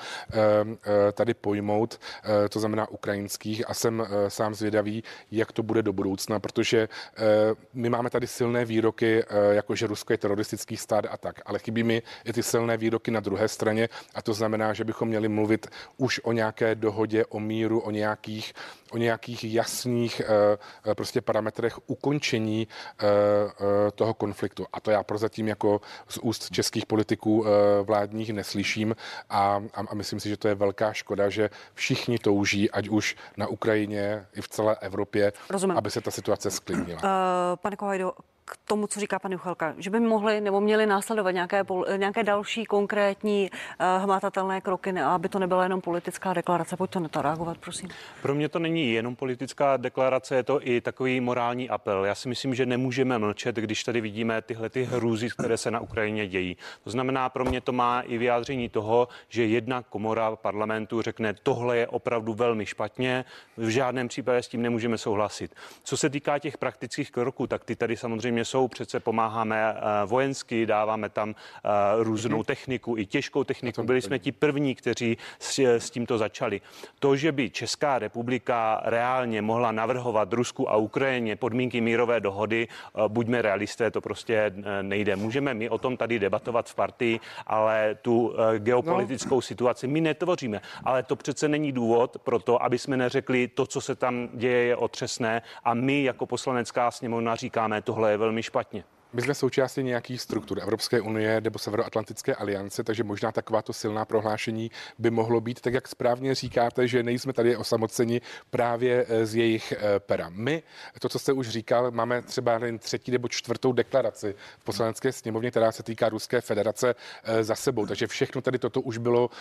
tady pojmout, to znamená ukrajinských, a jsem sám zvědavý, jak to bude do budoucna, protože my máme tady silné výroky, jako že Rusko je teroristický stát a tak, ale chybí mi i ty silné výroky na druhé straně, a to znamená, že bychom měli mluvit už o nějaké dohodě, o míru, o nějakých jasných prostě parametrech ukončení toho konfliktu. A to já prozatím jako z úst českých politiků vládních neslyším a myslím si, že to je velká škoda, že všichni touží, ať už na Ukrajině i v celé Evropě, Rozumím. aby se ta situace sklidnila. Pane Kohajdo, k tomu, co říká pan Juchelka, že by mohli nebo měli následovat nějaké další konkrétní hmatatelné kroky, aby to nebyla jenom politická deklarace. Pojďte na to reagovat, prosím. Pro mě to není jenom politická deklarace, je to i takový morální apel. Já si myslím, že nemůžeme mlčet, když tady vidíme tyhle ty hrůzy, které se na Ukrajině dějí. To znamená, pro mě to má i vyjádření toho, že jedna komora parlamentu řekne, tohle je opravdu velmi špatně, v žádném případě s tím nemůžeme souhlasit. Co se týká těch praktických kroků, tak ty tady samozřejmě jsou, přece pomáháme vojensky, dáváme tam různou techniku, i těžkou techniku. Byli jsme ti první, kteří s tímto začali. To, že by Česká republika reálně mohla navrhovat Rusku a Ukrajině podmínky mírové dohody, buďme realisté, to prostě nejde. Můžeme my o tom tady debatovat v partii, ale tu geopolitickou situaci my netvoříme. Ale to přece není důvod pro to, aby jsme neřekli, to, co se tam děje, je otřesné, a my jako Poslanecká sněmovna říkáme, tohle je velmi špatně. My jsme součástí nějakých struktur Evropské unie nebo Severoatlantické aliance, takže možná takováto silná prohlášení by mohlo být, tak jak správně říkáte, že nejsme tady osamoceni právě z jejich pera. My, to, co jste už říkal, máme třeba jen 3. nebo 4. deklaraci v Poslanecké sněmovně, která se týká Ruské federace za sebou. Takže všechno tady toto už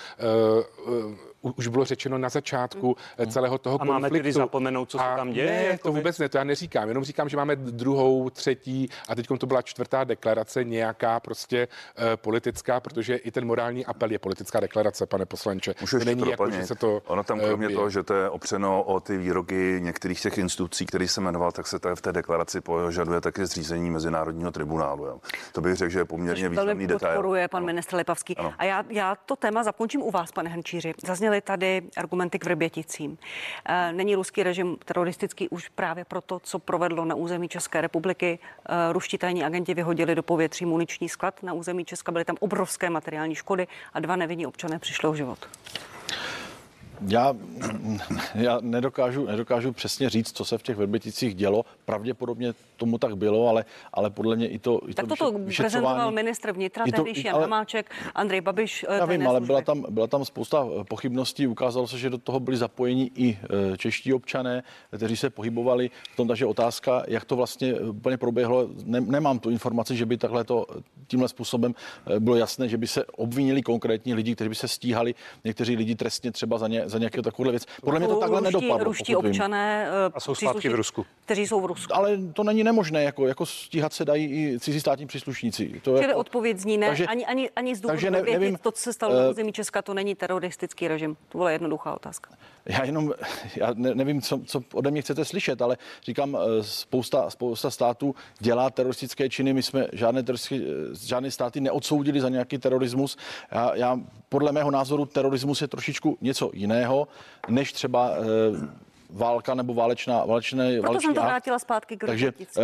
bylo řečeno na začátku celého toho konfliktu. A máme tedy zapomenout, co se tam děje? Ne, to vůbec ne, to já neříkám. Jenom říkám, že máme 2., 3. a teď to byla 4. deklarace, nějaká prostě politická, protože i ten morální apel je politická deklarace, pane poslanče. Už ještě není jako, že se to ono tam kromě toho, že to je opřeno o ty výroky některých těch institucí, který jsem jmenoval, tak se v té deklaraci požaduje také zřízení Mezinárodního tribunálu. Jo. To bych řekl, že je poměrně významný detail. Podporuje pan ministr Lipavský. Ano. A já to téma zakončím u vás, pane Hrnčíři. Zazněly tady argumenty k Vrběticím. Není ruský režim teroristický už právě proto, co provedlo na území České republiky. Ruští tajní agenti vyhodili do povětří muniční sklad na území Česka, byly tam obrovské materiální škody a 2 nevinní občané přišli o život. Já nedokážu přesně říct, co se v těch Vrběticích dělo. Pravděpodobně tomu tak bylo, ale podle mě i to tak toto prezentoval ministr vnitra, tehdejší Jan Hamáček, Andrej Babiš. Já vím, ale byla tam spousta pochybností. Ukázalo se, že do toho byli zapojeni i čeští občané, kteří se pohybovali v tom, takže otázka, jak to vlastně úplně proběhlo. Nemám tu informaci, že by tímhle způsobem bylo jasné, že by se obvinili konkrétní lidi, kteří by se stíhali, někteří lidi trestně třeba za nějaké takovéhle věc. Podle mě to takhle nedopadlo. Ruští občané a jsou zpátky v Rusku. Kteří jsou v Rusku. Ale to není nemožné, jako stíhat se dají i cizí státní příslušníci. Čili jako, odpověď zní ne, ani z důvodu nevím, to, co se stalo na území Česka, to není teroristický režim. To byla jednoduchá otázka. Já nevím, co ode mě chcete slyšet, ale říkám, spousta států dělá teroristické činy. My jsme žádné státy neodsoudili za nějaký terorismus. Já podle mého názoru terorismus je trošičku něco jiného, než třeba válka nebo válečný Proto jsem to vrátila zpátky k takže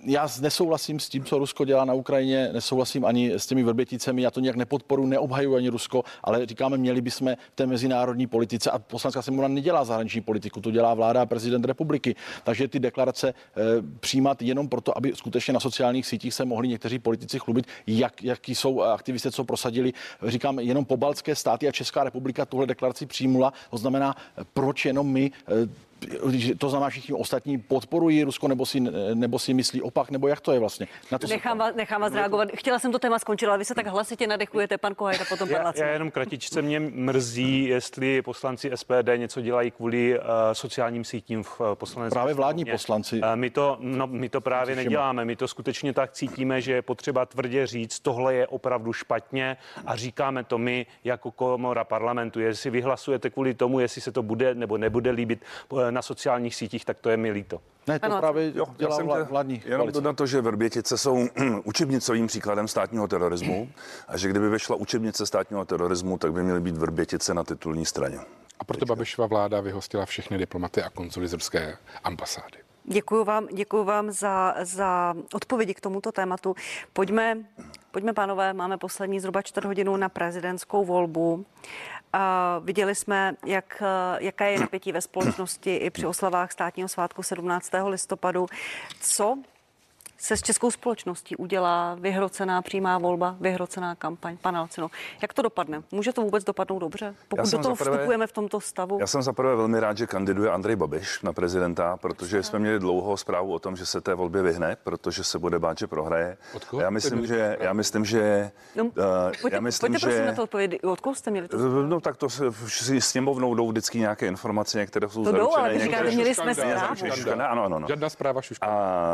Já nesouhlasím s tím, co Rusko dělá na Ukrajině, nesouhlasím ani s těmi Vrběticemi, já to nějak nepodporuji, neobhajuji ani Rusko, ale říkáme, měli bychom v té mezinárodní politice, a Poslanecká sněmovna nedělá zahraniční politiku, to dělá vláda a prezident republiky, takže ty deklarace přijímat jenom proto, aby skutečně na sociálních sítích se mohli někteří politici chlubit, jaký jsou aktivisté, co prosadili. Říkám, jenom pobaltské státy a Česká republika tuhle deklaraci přijmula, to znamená, proč jenom my, to znamená, všichni ostatní podporují Rusko nebo si myslí opak, nebo jak to je vlastně? Na to nechám vás reagovat. Chtěla jsem to téma skončit, ale vy se tak hlasitě nadechujete, pan Kohajda, potom pan Lacina. Já jenom kratičce, mě mrzí, jestli poslanci SPD něco dělají kvůli sociálním sítím v poslanecké. Právě vládní poslanci. My to právě neděláme. My to skutečně tak cítíme, že je potřeba tvrdě říct, tohle je opravdu špatně a říkáme to my jako komora parlamentu. Jestli vyhlasujete kvůli tomu, jestli se to bude nebo nebude líbit na sociálních sítích, tak to je mi líto. Ne, to právě dělá vládní jenom dodat to, že Vrbětice jsou učebnicovým příkladem státního terorismu a že kdyby vyšla učebnice státního terorismu, tak by měly být Vrbětice na titulní straně. A proto Babišova vláda vyhostila všechny diplomaty a konzuly z ruské ambasády. Děkuju vám za odpovědi k tomuto tématu. Pojďme, pánové, máme poslední zhruba 4 hodinu na prezidentskou volbu. Viděli jsme, jaké je napětí ve společnosti i při oslavách státního svátku 17. listopadu. Co se s českou společností udělá vyhrocená přímá volba, vyhrocená kampaň? Pane Lacino, jak to dopadne? Může to vůbec dopadnout dobře, pokud do toho vstupujeme v tomto stavu? Já jsem zaprvé velmi rád, že kandiduje Andrej Babiš na prezidenta, protože jsme měli dlouhou zprávu o tom, že se té volbě vyhne, protože se bude bát, že prohraje. Já myslím, že pojďte prosím na to odpovědět. Odkud jste měli to? No tak to si sněmovnou jdou vždycky nějaké informace, některé jsou zaručené. To jdou, ale říkáte, měli jsme zprávu. Ano. Žádná zpráva šuška.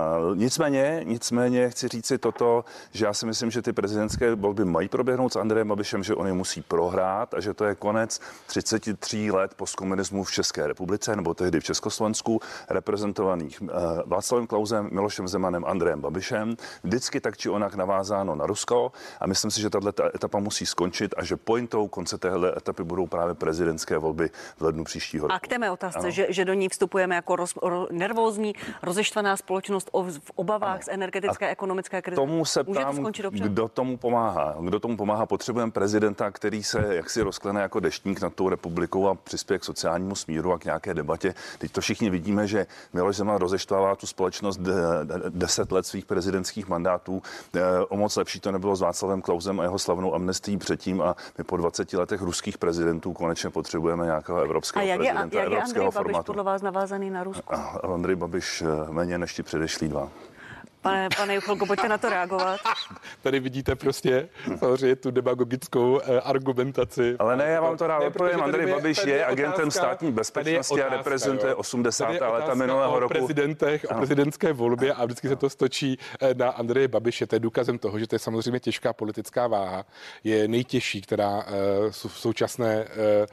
Nicméně chci říci toto, že já si myslím, že ty prezidentské volby mají proběhnout s Andrejem Babišem, že on je musí prohrát a že to je konec 33 let postkomunismu v České republice, nebo tehdy v Československu, reprezentovaných Václavem Klausem, Milošem Zemanem, Andrejem Babišem, vždycky tak či onak navázáno na Rusko a myslím si, že tato etapa musí skončit a že pointou konce téhle etapy budou právě prezidentské volby v lednu příštího roku. A k té mé otázce, že do ní vstupujeme jako nervózní, rozeštvaná společnost v obavách z energetické a ekonomické krize. Tomu se ptám, kdo tomu pomáhá. Potřebujeme prezidenta, který se jaksi rozklene jako deštník nad tou republikou a přispěje k sociálnímu smíru a k nějaké debatě. Teď to všichni vidíme, že Miloš Zeman rozeštvává tu společnost 10 let svých prezidentských mandátů. O moc lepší to nebylo s Václavem Klausem a jeho slavnou amnestií předtím a my po 20 letech ruských prezidentů konečně potřebujeme nějakého evropského prezidenta, jak je evropského Andrej formátu. Babiš podle vás navázaný na Rusko? Andrej Babiš méně než ti předešlí dva. Pane Juchelko, pojďte na to reagovat. Tady vidíte prostě samozřejmě tu demagogickou argumentaci. Ale ne, já vám to rád odpovím. Andrej Babiš je agentem státní bezpečnosti a reprezentuje 80. léta minulého roku. O prezidentské volbě a vždycky se to stočí na Andreje Babiše. To je důkazem toho, že to je samozřejmě těžká politická váha. Je nejtěžší, která v současné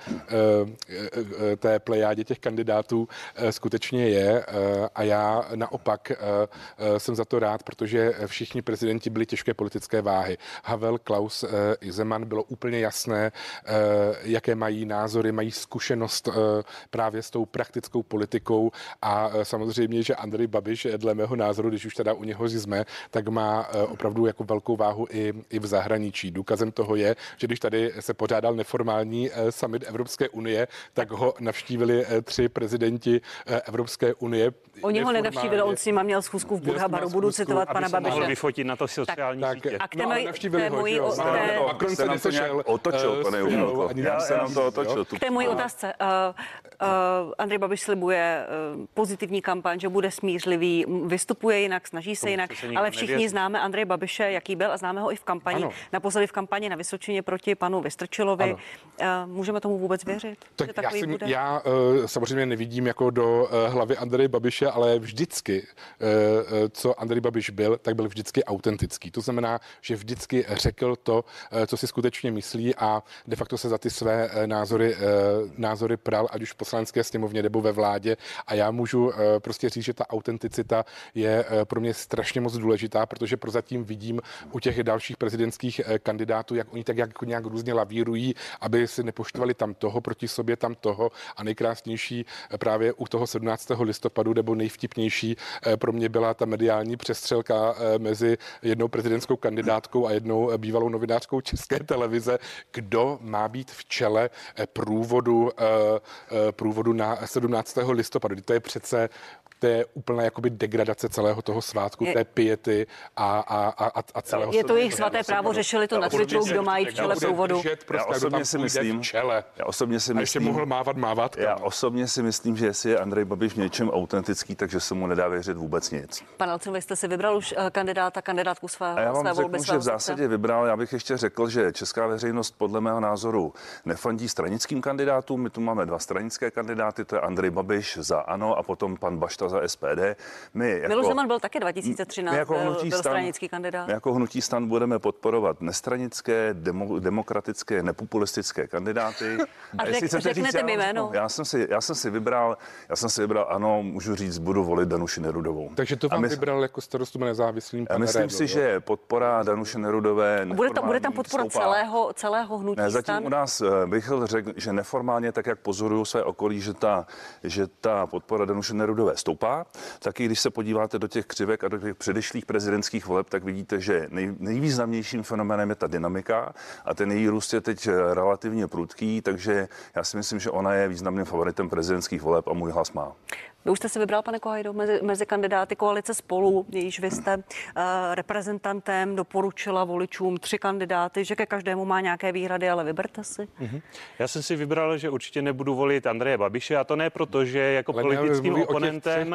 té plejádě těch kandidátů skutečně je. A já naopak jsem za to rád, protože všichni prezidenti byli těžké politické váhy. Havel, Klaus i Zeman, bylo úplně jasné, jaké mají názory, mají zkušenost právě s tou praktickou politikou a samozřejmě, že Andrej Babiš, dle mého názoru, když už teda u něho jsme, tak má opravdu jako velkou váhu i v zahraničí. Důkazem toho je, že když tady se pořádal neformální summit Evropské unie, tak ho navštívili 3 prezidenti Evropské unie. Oni ho nenavštívili, on s nima měl schůzku v Burhabaru, budu citovat pana Babiše. Mohl vyfotit na to sociální sítě. A k té mojí otázce. Andrej Babiš slibuje pozitivní kampaň, že bude smířlivý, vystupuje jinak, snaží se jinak, ale všichni známe Andreje Babiše, jaký byl a známe ho i v kampani. Naposledy v kampani na Vysočině proti panu Vystrčilovi. Můžeme tomu vůbec věřit? Tak já samozřejmě nevidím jako do hlavy Andreje Babiše, ale vždycky, co Andrej Babiš byl, tak byl vždycky autentický. To znamená, že vždycky řekl to, co si skutečně myslí a de facto se za ty své názory pral, ať už v poslanecké sněmovně nebo ve vládě a já můžu prostě říct, že ta autenticita je pro mě strašně moc důležitá, protože prozatím vidím u těch dalších prezidentských kandidátů, jak oni tak jako nějak různě lavírují, aby si nepoštvali tam toho proti sobě, tam toho a nejkrásnější právě u toho 17. listopadu nebo nejvtipnější pro mě byla ta mediální přestřelka mezi jednou prezidentskou kandidátkou a jednou bývalou novinářkou České televize, kdo má být v čele průvodu na 17. listopadu. To je přece to je úplná jakoby degradace celého toho svátku, té piety a celého. Je to jejich svaté právo, řešili to na Twitteru, kdo má jít v čele průvodu. Já osobně si myslím, mohl mávat. Já osobně si myslím, že jestli je Andrej Babiš něčem autentický, takže se mu nedá věřit vůbec nic. Pan Alcin, vy jste si vybral už kandidátku své volby? A já vám řeknu, že v zásadě vybral, já bych ještě řekl, že česká veřejnost podle mého názoru nefandí stranickým kandidátům. My tu máme 2 stranické kandidáty, to je Andrej Babiš za ANO a potom pan Bašta za SPD. Miloš Zeman byl také 2013, byl stranický kandidát. My jako hnutí STAN budeme podporovat nestranické, demokratické, nepopulistické kandidáty. A řeknete mi jméno? Já jsem si vybral, ano, můžu říct, budu volit Danuši Nerudovou. Takže to vám vybral jako starostu nezávislým panem. Myslím si, že podpora Danuše Nerudové... Bude tam podpora celého hnutí STAN? Zatím u nás bych řekl, že neformálně, tak jak pozoruju své okolí, že ta podpora Danuše Nerudové stoupá. Taky když se podíváte do těch křivek a do těch předešlých prezidentských voleb, tak vidíte, že nejvýznamnějším fenoménem je ta dynamika a ten její růst je teď relativně prudký, takže já si myslím, že ona je významným favoritem prezidentských voleb a můj hlas má. Vy už jste si vybral, pane Kohajdo, mezi kandidáty koalice Spolu, jejíž vy jste reprezentantem, doporučila voličům 3 kandidáty, že ke každému má nějaké výhrady, ale vyberte si. Já jsem si vybral, že určitě nebudu volit Andreje Babiše a to ne proto, že jako politickým oponentem,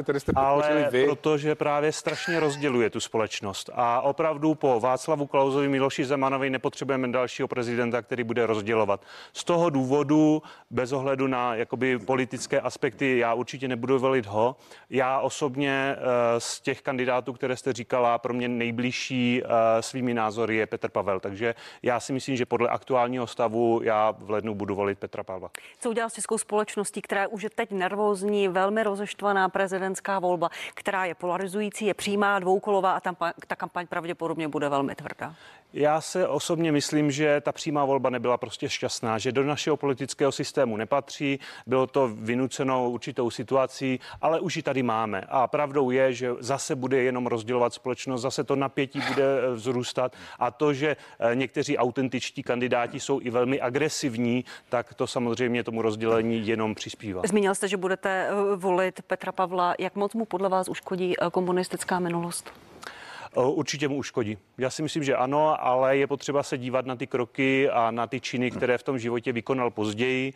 ale protože právě strašně rozděluje tu společnost. A opravdu po Václavu Klausovi, Miloši Zemanovi nepotřebujeme dalšího prezidenta, který bude rozdělovat. Z toho důvodu, bez ohledu na jakoby politické aspekty, já určitě nebudu volit ho. Já osobně z těch kandidátů, které jste říkala, pro mě nejbližší svými názory je Petr Pavel. Takže já si myslím, že podle aktuálního stavu já v lednu budu volit Petra Pavla. Co udělal s českou společností, která už je teď nervózní, velmi rozeštvaná prezidentská volba, která je polarizující, je přímá, dvoukolová a ta kampaň pravděpodobně bude velmi tvrdá? Já se osobně myslím, že ta přímá volba nebyla prostě šťastná, že do našeho politického systému nepatří, bylo to vynuceno určitou situací, ale už ji tady máme. A pravdou je, že zase bude jenom rozdělovat společnost, zase to napětí bude vzrůstat a to, že někteří autentičtí kandidáti jsou i velmi agresivní, tak to samozřejmě tomu rozdělení jenom přispívá. Zmínil jste, že budete volit Petra Pavla. Jak moc mu podle vás uškodí komunistická minulost? Určitě mu uškodí. Já si myslím, že ano, ale je potřeba se dívat na ty kroky a na ty činy, které v tom životě vykonal později.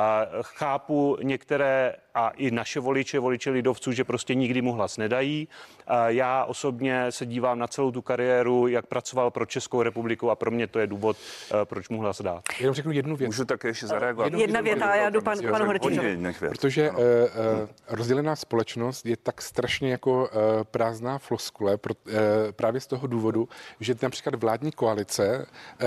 Chápu některé a i naše voliče lidovců, že prostě nikdy mu hlas nedají. Já osobně se dívám na celou tu kariéru, jak pracoval pro Českou republiku a pro mě to je důvod, proč mu hlas dát. Jenom řeknu jednu věc. Můžu také ještě zareagovat? Jedna věta a já jdu panu Hrdičovi. Protože rozdělená společnost je tak strašně jako prázdná floskule právě z toho důvodu, že například vládní koalice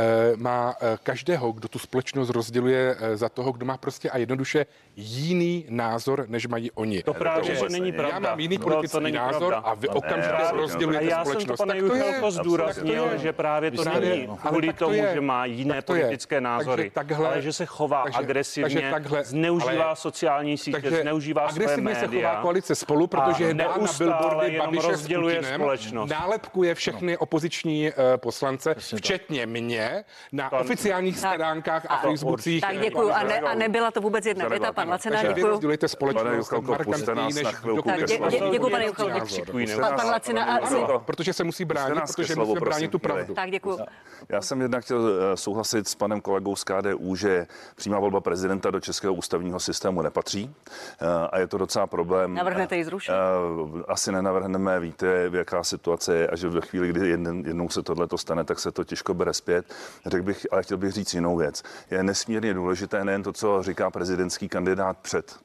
má každého, kdo tu společnost rozděluje za toho, kdo má prostě a jednoduše jiný názor, než mají oni. To právě, že není pravda. Já mám jiný politický názor a vy okamžitě rozdělujete společnost. Já jsem to, pane Juchelko, zdůraznil, že právě to není kvůli tomu, že má jiné politické názory, ale že se chová agresivně, zneužívá sociální sítě, zneužívá své média. Agresivně se chová koalice Spolu, protože dá na billboardy Babiše s Putinem, nálepkuje všechny opoziční poslance, včetně mě, na oficiálních stránkách a facebookcích. Tak děkuju. A nebyla to vůbec jedna věta, pan Lacina, děkuju. Vy rozdělujete společnost markantněji než děkuju, pane Juchelko. Pan Lacina, protože se musí bránit, protože musí bránit tu pravdu. Tak děkuju. Já jsem jednak chtěl souhlasit s panem kolegou z KDU, že přímá volba prezidenta do českého ústavního systému nepatří a je to docela problém. Navrhnete ji zrušit? Asi nenavrhneme, víte, jaká situace je a že ve chvíli, kdy jednou se tohleto stane, tak se to těžko bere zpět. Ale chtěl bych říct jinou věc. Je nesmírně důležité nejen to, co říká prezidentský kandidát před prezidentskou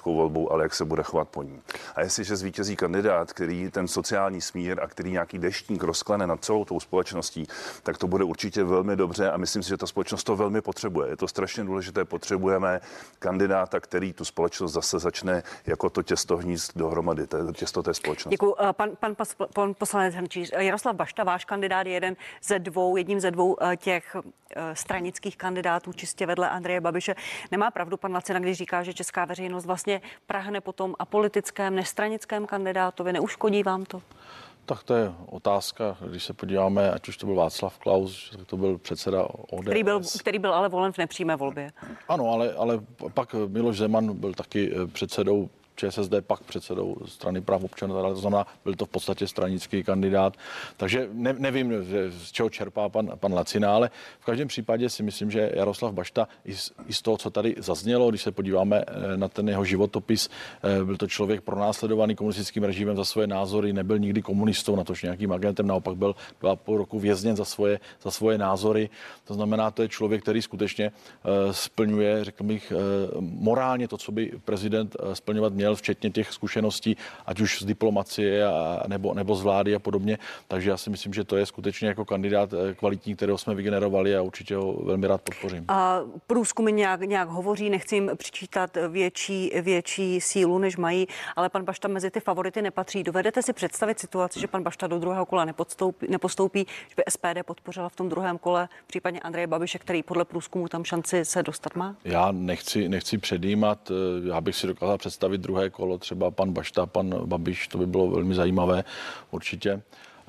prezidentskou volbou, ale jak se bude chovat po ní. A jestliže zvítězí kandidát, který ten sociální smír a který nějaký deštník rozklene nad celou tou společností, tak to bude určitě velmi dobře a myslím si, že ta společnost to velmi potřebuje. Je to strašně důležité, potřebujeme kandidáta, který tu společnost zase začne jako to těsto hnízd dohromady, to těsto té společnosti. Děkuji. Pan poslanec Hrnčíř, Jaroslav Bašta, váš kandidát je jedním ze dvou těch stranických kandidátů čistě vedle Andreje Babiše. Nemá pravdu pan Lacina, když říká, že česká veřejnost vlastně prahne potom apolitickém, nestranickém kandidátovi. Neuškodí vám to? Tak to je otázka, když se podíváme, ať už to byl Václav Klaus, tak to byl předseda ODS. Který byl ale volen v nepřímé volbě. Ano, ale pak Miloš Zeman byl taky předsedou ČSSD, pak předsedou strany práv občanů, to znamená, byl to v podstatě stranický kandidát. Takže nevím, z čeho čerpá pan Lacina, ale v každém případě si myslím, že Jaroslav Bašta i z toho, co tady zaznělo, když se podíváme na ten jeho životopis, byl to člověk pronásledovaný komunistickým režimem za svoje názory, nebyl nikdy komunistou, natož nějakým agentem, naopak byl 2,5 roku vězněn za svoje názory. To znamená, to je člověk, který skutečně splňuje, řekl bych, morálně to, co by prezident splňovat měl, včetně těch zkušeností, ať už z diplomacie nebo z vlády a podobně. Takže já si myslím, že to je skutečně jako kandidát kvalitní, kterého jsme vygenerovali a určitě ho velmi rád podpořím. A průzkumy nějak hovoří, nechci jim přičítat větší sílu, než mají, ale pan Bašta mezi ty favority nepatří. Dovedete si představit situaci, že pan Bašta do druhého kola nepostoupí, že by SPD podpořila v tom druhém kole případně Andreje Babiše, který podle průzkumu tam šanci se dostat má? Já nechci předjímat, já bych si dokázal představit druhé kolo, třeba pan Bašta, pan Babiš, to by bylo velmi zajímavé určitě.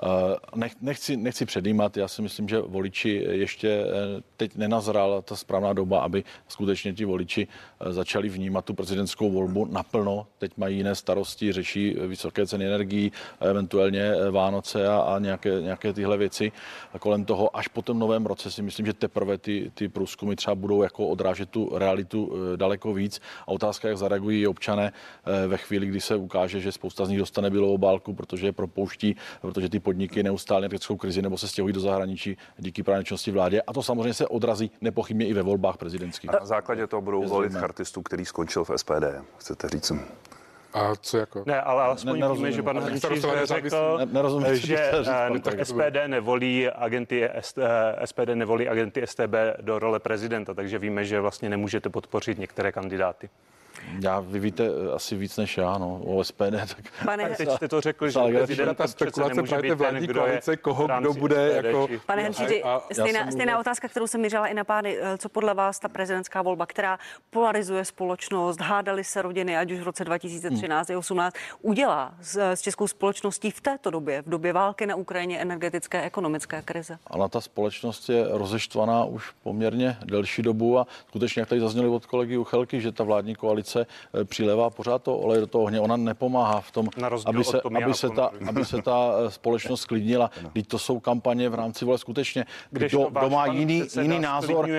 Nechci předjímat, já si myslím, že voliči ještě teď nenazrala ta správná doba, aby skutečně ti voliči začali vnímat tu prezidentskou volbu naplno. Teď mají jiné starosti, řeší vysoké ceny energií, eventuálně Vánoce a nějaké tyhle věci. A kolem toho až po tom novém roce si myslím, že teprve ty průzkumy třeba budou jako odrážet tu realitu daleko víc. A otázka, jak zareagují občané ve chvíli, kdy se ukáže, že spousta z nich dostane bílou obálku, protože je propouští, protože ty podniky neustále energetickou krizi nebo se stěhují do zahraničí díky právě činnosti vládě. A to samozřejmě se odrazí nepochybně i ve volbách prezidentských. A na základě toho budou volit chartistu, který skončil v SPD. Chcete říct? A co jako? Ne, ale alespoň víme, že pan Hrnčíř řekl, že SPD nevolí agenty StB do role prezidenta, takže víme, že vlastně nemůžete podpořit některé kandidáty. Vy víte asi víc než já, o SPD. Teď jste to řekl, že prezident přece nemůže být ten, kdo je kdo bude jako... Pane Hrnčíři, stejná otázka, kterou jsem mířila i na pány. Co podle vás ta prezidentská volba, která polarizuje společnost, hádali se rodiny, ať už v roce 2013 a 2018, udělá s českou společností v této době, v době války na Ukrajině, energetické, ekonomické krize? Ale ta společnost je rozeštvaná už poměrně delší dobu a skutečně, jak tady zazněli od kolegy Juchelky, že ta vládní koalice přilévá pořád to olej do toho ohně. Ona nepomáhá v tom, aby se ta společnost sklidnila. Teď to jsou kampaně v rámci voleb skutečně. Kdo má jiný názor,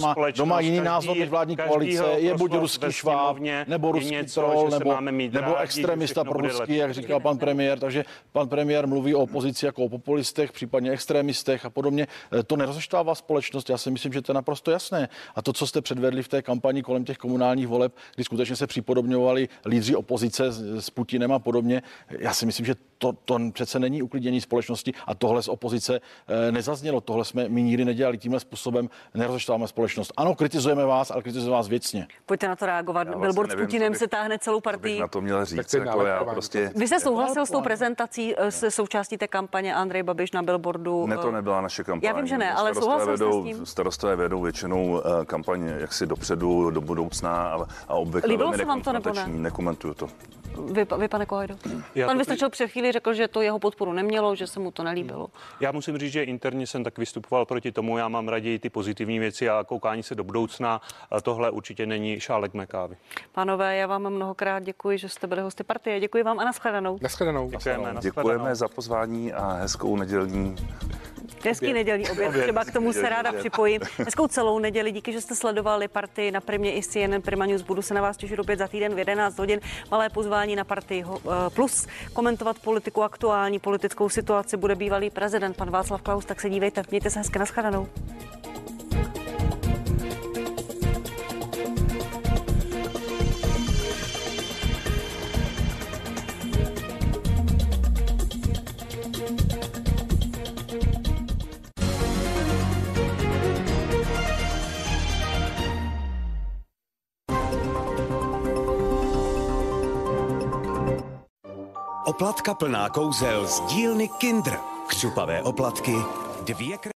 než vládní koalice, je buď ruský šváb, nebo ruský troll, nebo extremista proruský, jak říkal pan premiér. Takže pan premiér mluví o opozici jako o populistech, případně extremistech a podobně. To nerozeštvává společnost. Já si myslím, že to je naprosto jasné. A to, co jste předvedli v té kampani kolem těch komunálních voleb, kdy skutečně se připodobňovali lídři opozice s Putinem a podobně. Já si myslím, že to přece není uklidnění společnosti a tohle z opozice nezaznělo. Tohle jsme my nikdy nedělali. Tímhle způsobem nerozešťováme společnost. Ano, kritizujeme vás, ale kritizujeme vás věcně. Pojďte na to reagovat. Billboard s Putinem se táhne celou partii. Na to měl říct. Jako já prostě... Vy jste souhlasil s tou prezentací se součástí té kampaně Andrej Babiš na billboardu? Ne, to nebyla naše kampaň. Já vím, že ne, ale souhlasil jste s tím? Starostové vedou většinou kampaň jaksi dopředu, do budoucna a obvykle líbilo se vám to nebo ne? Nekomentuju to. Vy pane Kohajdo. Pan Vystrčil před chvíli řekl, že to jeho podporu nemělo, že se mu to nelíbilo. Já musím říct, že interně jsem tak vystupoval proti tomu. Já mám raději ty pozitivní věci a koukání se do budoucna. Tohle určitě není šálek mé kávy. Pánové, já vám mnohokrát děkuji, že jste byli hosty partie. Děkuji vám a nashledanou. Děkujeme za pozvání a hezkou nedělní. Hezký nedělní oběd, třeba k tomu se ráda připojím. Hezkou celou neděli, díky, že jste sledovali Partii na Primě i CNN Prima News. Budu se na vás těšit opět za týden v 11 hodin. Malé pozvání na Partii Plus. Komentovat politiku, aktuální politickou situaci bude bývalý prezident pan Václav Klaus, tak se dívejte. Mějte se hezky, nashledanou. Oplatka plná kouzel z dílny Kindr. Křupavé oplatky, 2